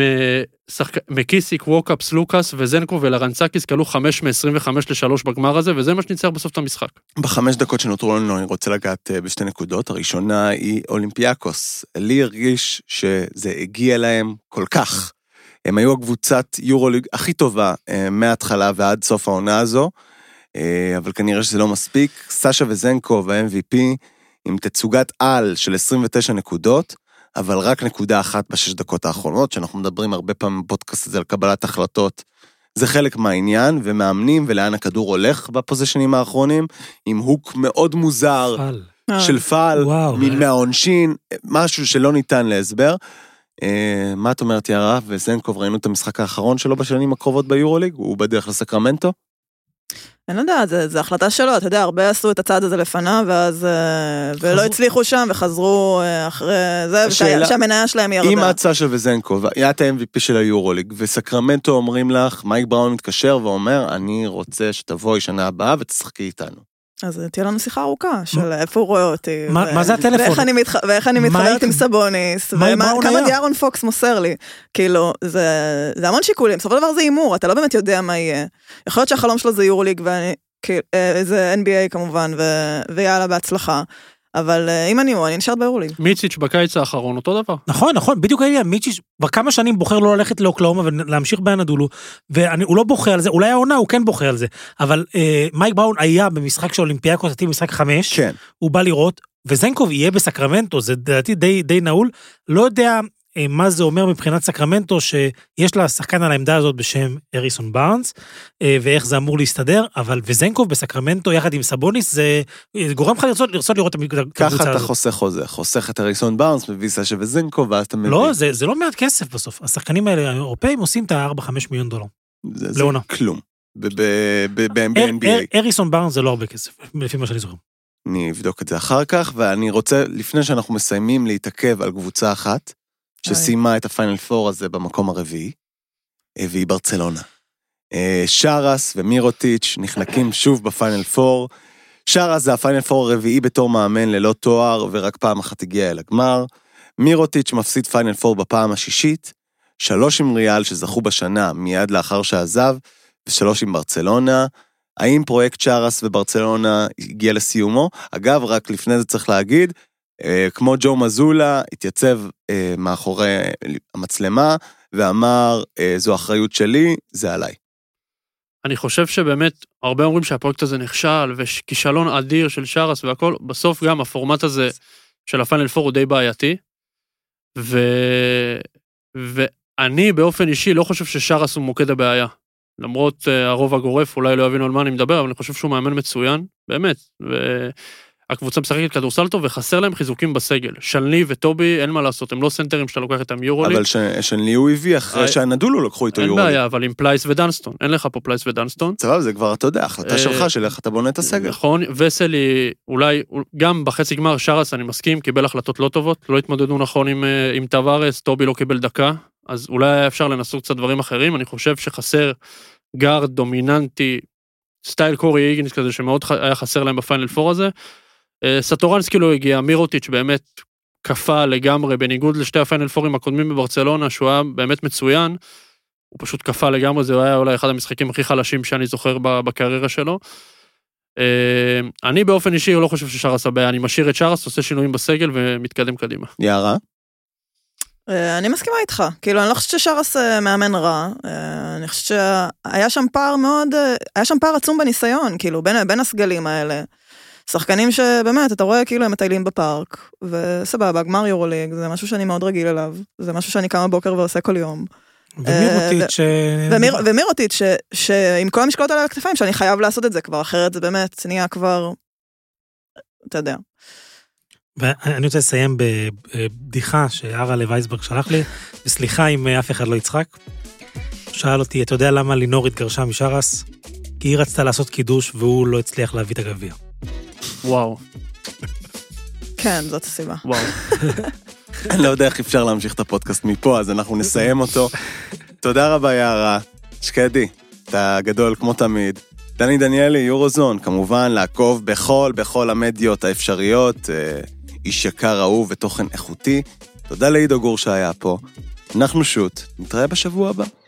מקיסיק, ווקאפס, לוקאס וזנקוב ולרנצקיס קלו חמש מ-עשרים וחמש לשלוש בגמר הזה, וזה מה שניצח בסוף את המשחק. בחמש דקות שנותרו לנו, אני רוצה לגעת בשתי נקודות. הראשונה היא אולימפיאקוס. לי הרגיש שזה הגיע להם כל כך. הם היו הקבוצת יורוליג הכי טובה מההתחלה ועד סוף העונה הזו. אבל כנראה שזה לא מספיק. סשה וזנקוב, ה-אם וי פי, עם תצוגת על של עשרים ותשע נקודות, אבל רק נקודה אחת בשש דקות האחרונות, שאנחנו מדברים הרבה פעמים בפודקאסט הזה על קבלת החלטות. זה חלק מהעניין, ומאמנים ולאן הכדור הולך בפוזישנים האחרונים, עם הוק מאוד מוזר של פאל, מהעונשין, משהו שלא ניתן להסבר. מה את אומרת יערה? וזנקוב, ראינו את המשחק האחרון שלו בשנים הקרובות ביורוליג, הוא בדרך לסקרמנטו. אני יודעת, זו החלטה שלו, אתה יודע, הרבה עשו את הצעד הזה לפניו, ואז, ולא הצליחו שם, וחזרו אחרי זה, שהמניה שלהם ירדה. אם ההצעה של וזנקוב, היה את ה-אם וי פי של היורוליג, וסקרמנטו אומרים לך, מייק בראון מתקשר ואומר, אני רוצה שתבואי שנה הבאה ותשחקי איתנו. אז תהיה לנו שיחה ארוכה, של איפה הוא רואה אותי. מה זה הטלפון? ואיך אני מתחברת עם סבוניס, וכמה דיארון פוקס מוסר לי. כאילו, זה המון שיקולים, בסופו של דבר זה אימור, אתה לא באמת יודע מה יהיה. יכול להיות שהחלום שלו זה יורוליג, וזה אן בי איי כמובן, ויאללה בהצלחה. אבל אם אני הוא, אני נשארת ביורוליג. מיציץ' בקיץ האחרון, אותו דבר. נכון, נכון, בדיוק העניין, מיציץ' כבר כמה שנים בוחר לא ללכת לאוקלאומה ולהמשיך באנדולו, והוא לא בוחר על זה, אולי העונה הוא כן בוחר על זה, אבל מייק בראון היה במשחק של אולימפיאקוס, עתיד משחק חמש, הוא בא לראות, וזנקוב יהיה בסקרמנטו, זה דעתי די נעול, לא יודע מה זה אומר מבחינת סקרמנטו, שיש לה שחקן על העמדה הזאת בשם אריסון בארנס, ואיך זה אמור להסתדר, אבל וזנקוב בסקרמנטו יחד עם סבוניס, זה גורם לך לרצות, לרצות לראות את הקבוצה הזאת. ככה אתה חוסך חוזה, חוסך את אריסון בארנס, מביא סשה וזנקוב, ואז אתה מביא. לא, זה, זה לא מעט כסף בסוף. השחקנים האלה, האירופאים, עושים את ה-ארבע חמש מיליון דולר. זה, זה כלום. ב-אן בי איי. אריסון בארנס זה לא הרבה כסף, לפי מה שאני זוכר. אני אבדוק את זה אחר כך, ואני רוצה, לפני שאנחנו מסיימים, להתעכב על קבוצה אחת, שסיימה את הפיינל פור הזה במקום הרביעי, והיא ברצלונה. שרס ומירוטיץ' נחנקים שוב בפיינל פור. שרס זה הפיינל פור הרביעי בתור מאמן ללא תואר, ורק פעם אחת הגיע אל הגמר. מירוטיץ' מפסיד פיינל פור בפעם השישית, שלוש עם ריאל שזכו בשנה מיד לאחר שעזב, ושלוש עם ברצלונה. האם פרויקט שרס וברצלונה הגיע לסיומו? אגב, רק לפני זה צריך להגיד, כמו ג'ו מזולה, התייצב מאחורי המצלמה, ואמר, זו אחריות שלי, זה עליי. אני חושב שבאמת, הרבה אומרים שהפרויקט הזה נכשל, וכישלון אדיר של שרס והכל, בסוף גם הפורמט הזה של הפיינל פור הוא די בעייתי, ו... ואני באופן אישי לא חושב ששרס הוא מוקד הבעיה. למרות הרוב הגורף, אולי לא יבינו על מה אני מדבר, אבל אני חושב שהוא מאמן מצוין, באמת, ו... הקבוצה משחקת כדורסל טוב, וחסר להם חיזוקים בסגל. שלני וטובי, אין מה לעשות, הם לא סנטרים שאתה לוקח איתם יורוליג. אבל שלני הוא הביא אחרי שהנדולו לקחו איתו יורוליג. אין בעיה, אבל עם פלייס ודנסטון, אין לך פה פלייס ודנסטון. סבב, זה כבר, אתה יודע, החלטה שלך, של איך אתה בונה את הסגל. נכון, וסלי, אולי, גם בחצי גמר, שרס, אני מסכים, קיבל החלטות לא טובות, לא התמודדו נכון עם, עם טווארס, טובי לא קיבל דקה, אז אולי אפשר לנסות קצת דברים אחרים, אני חושב שחסר גארד דומיננטי, סטייל קורי איגינס כזה, שמאוד היה חסר להם בפיינל פור הזה. סטורנסקי לא הגיע, מירוטיץ' באמת קפה לגמרי, בניגוד לשתי הפיינל פורים הקודמים בברצלונה, שהוא היה באמת מצוין, הוא פשוט קפה לגמרי, זה היה אולי אחד המשחקים הכי חלשים שאני זוכר בקריירה שלו. אני באופן אישי לא חושב ששרס הבעיה, אני משאיר את שרס, עושה שינויים בסגל ומתקדם קדימה. יערה? אני מסכימה איתך, כאילו אני לא חושבת ששרס מאמן רע, אני חושבת שהיה שם פער מאוד, היה שם פער עצום בניסיון, כאילו בין, בין הסגלים האלה, שחקנים שבאמת אתה רואה כאילו הם מטיילים בפארק, וסבבה, גמר יורוליג, זה משהו שאני מאוד רגיל אליו, זה משהו שאני קמה בוקר ועושה כל יום. ומירוטיץ' ומירוטיץ' שעם כל המשקלות על הכתפיים, שאני חייב לעשות את זה כבר, אחרת זה באמת נהיה כבר, אתה יודע. ואני רוצה לסיים בבדיחה שארה לווייסברג שלח לי, וסליחה אם אף אחד לא יצחק. שאל אותי, אתה יודע למה לינור התגרשה משרס? כי היא רצתה לעשות קידוש והוא לא הצליח להביא את הגביע. וואו. כן, זאת הסיבה. וואו. אני לא יודע איך אפשר להמשיך את הפודקאסט מפה, אז אנחנו נסיים אותו. תודה רבה יערה. שקדי, אתה גדול כמו תמיד. דני דניאלי, יורוזון, כמובן לעקוב בכל, בכל המדיות האפשריות, איש יקר אהוב ותוכן איכותי. תודה לעידו גור שהיה פה. אנחנו שוט, נתראה בשבוע הבא.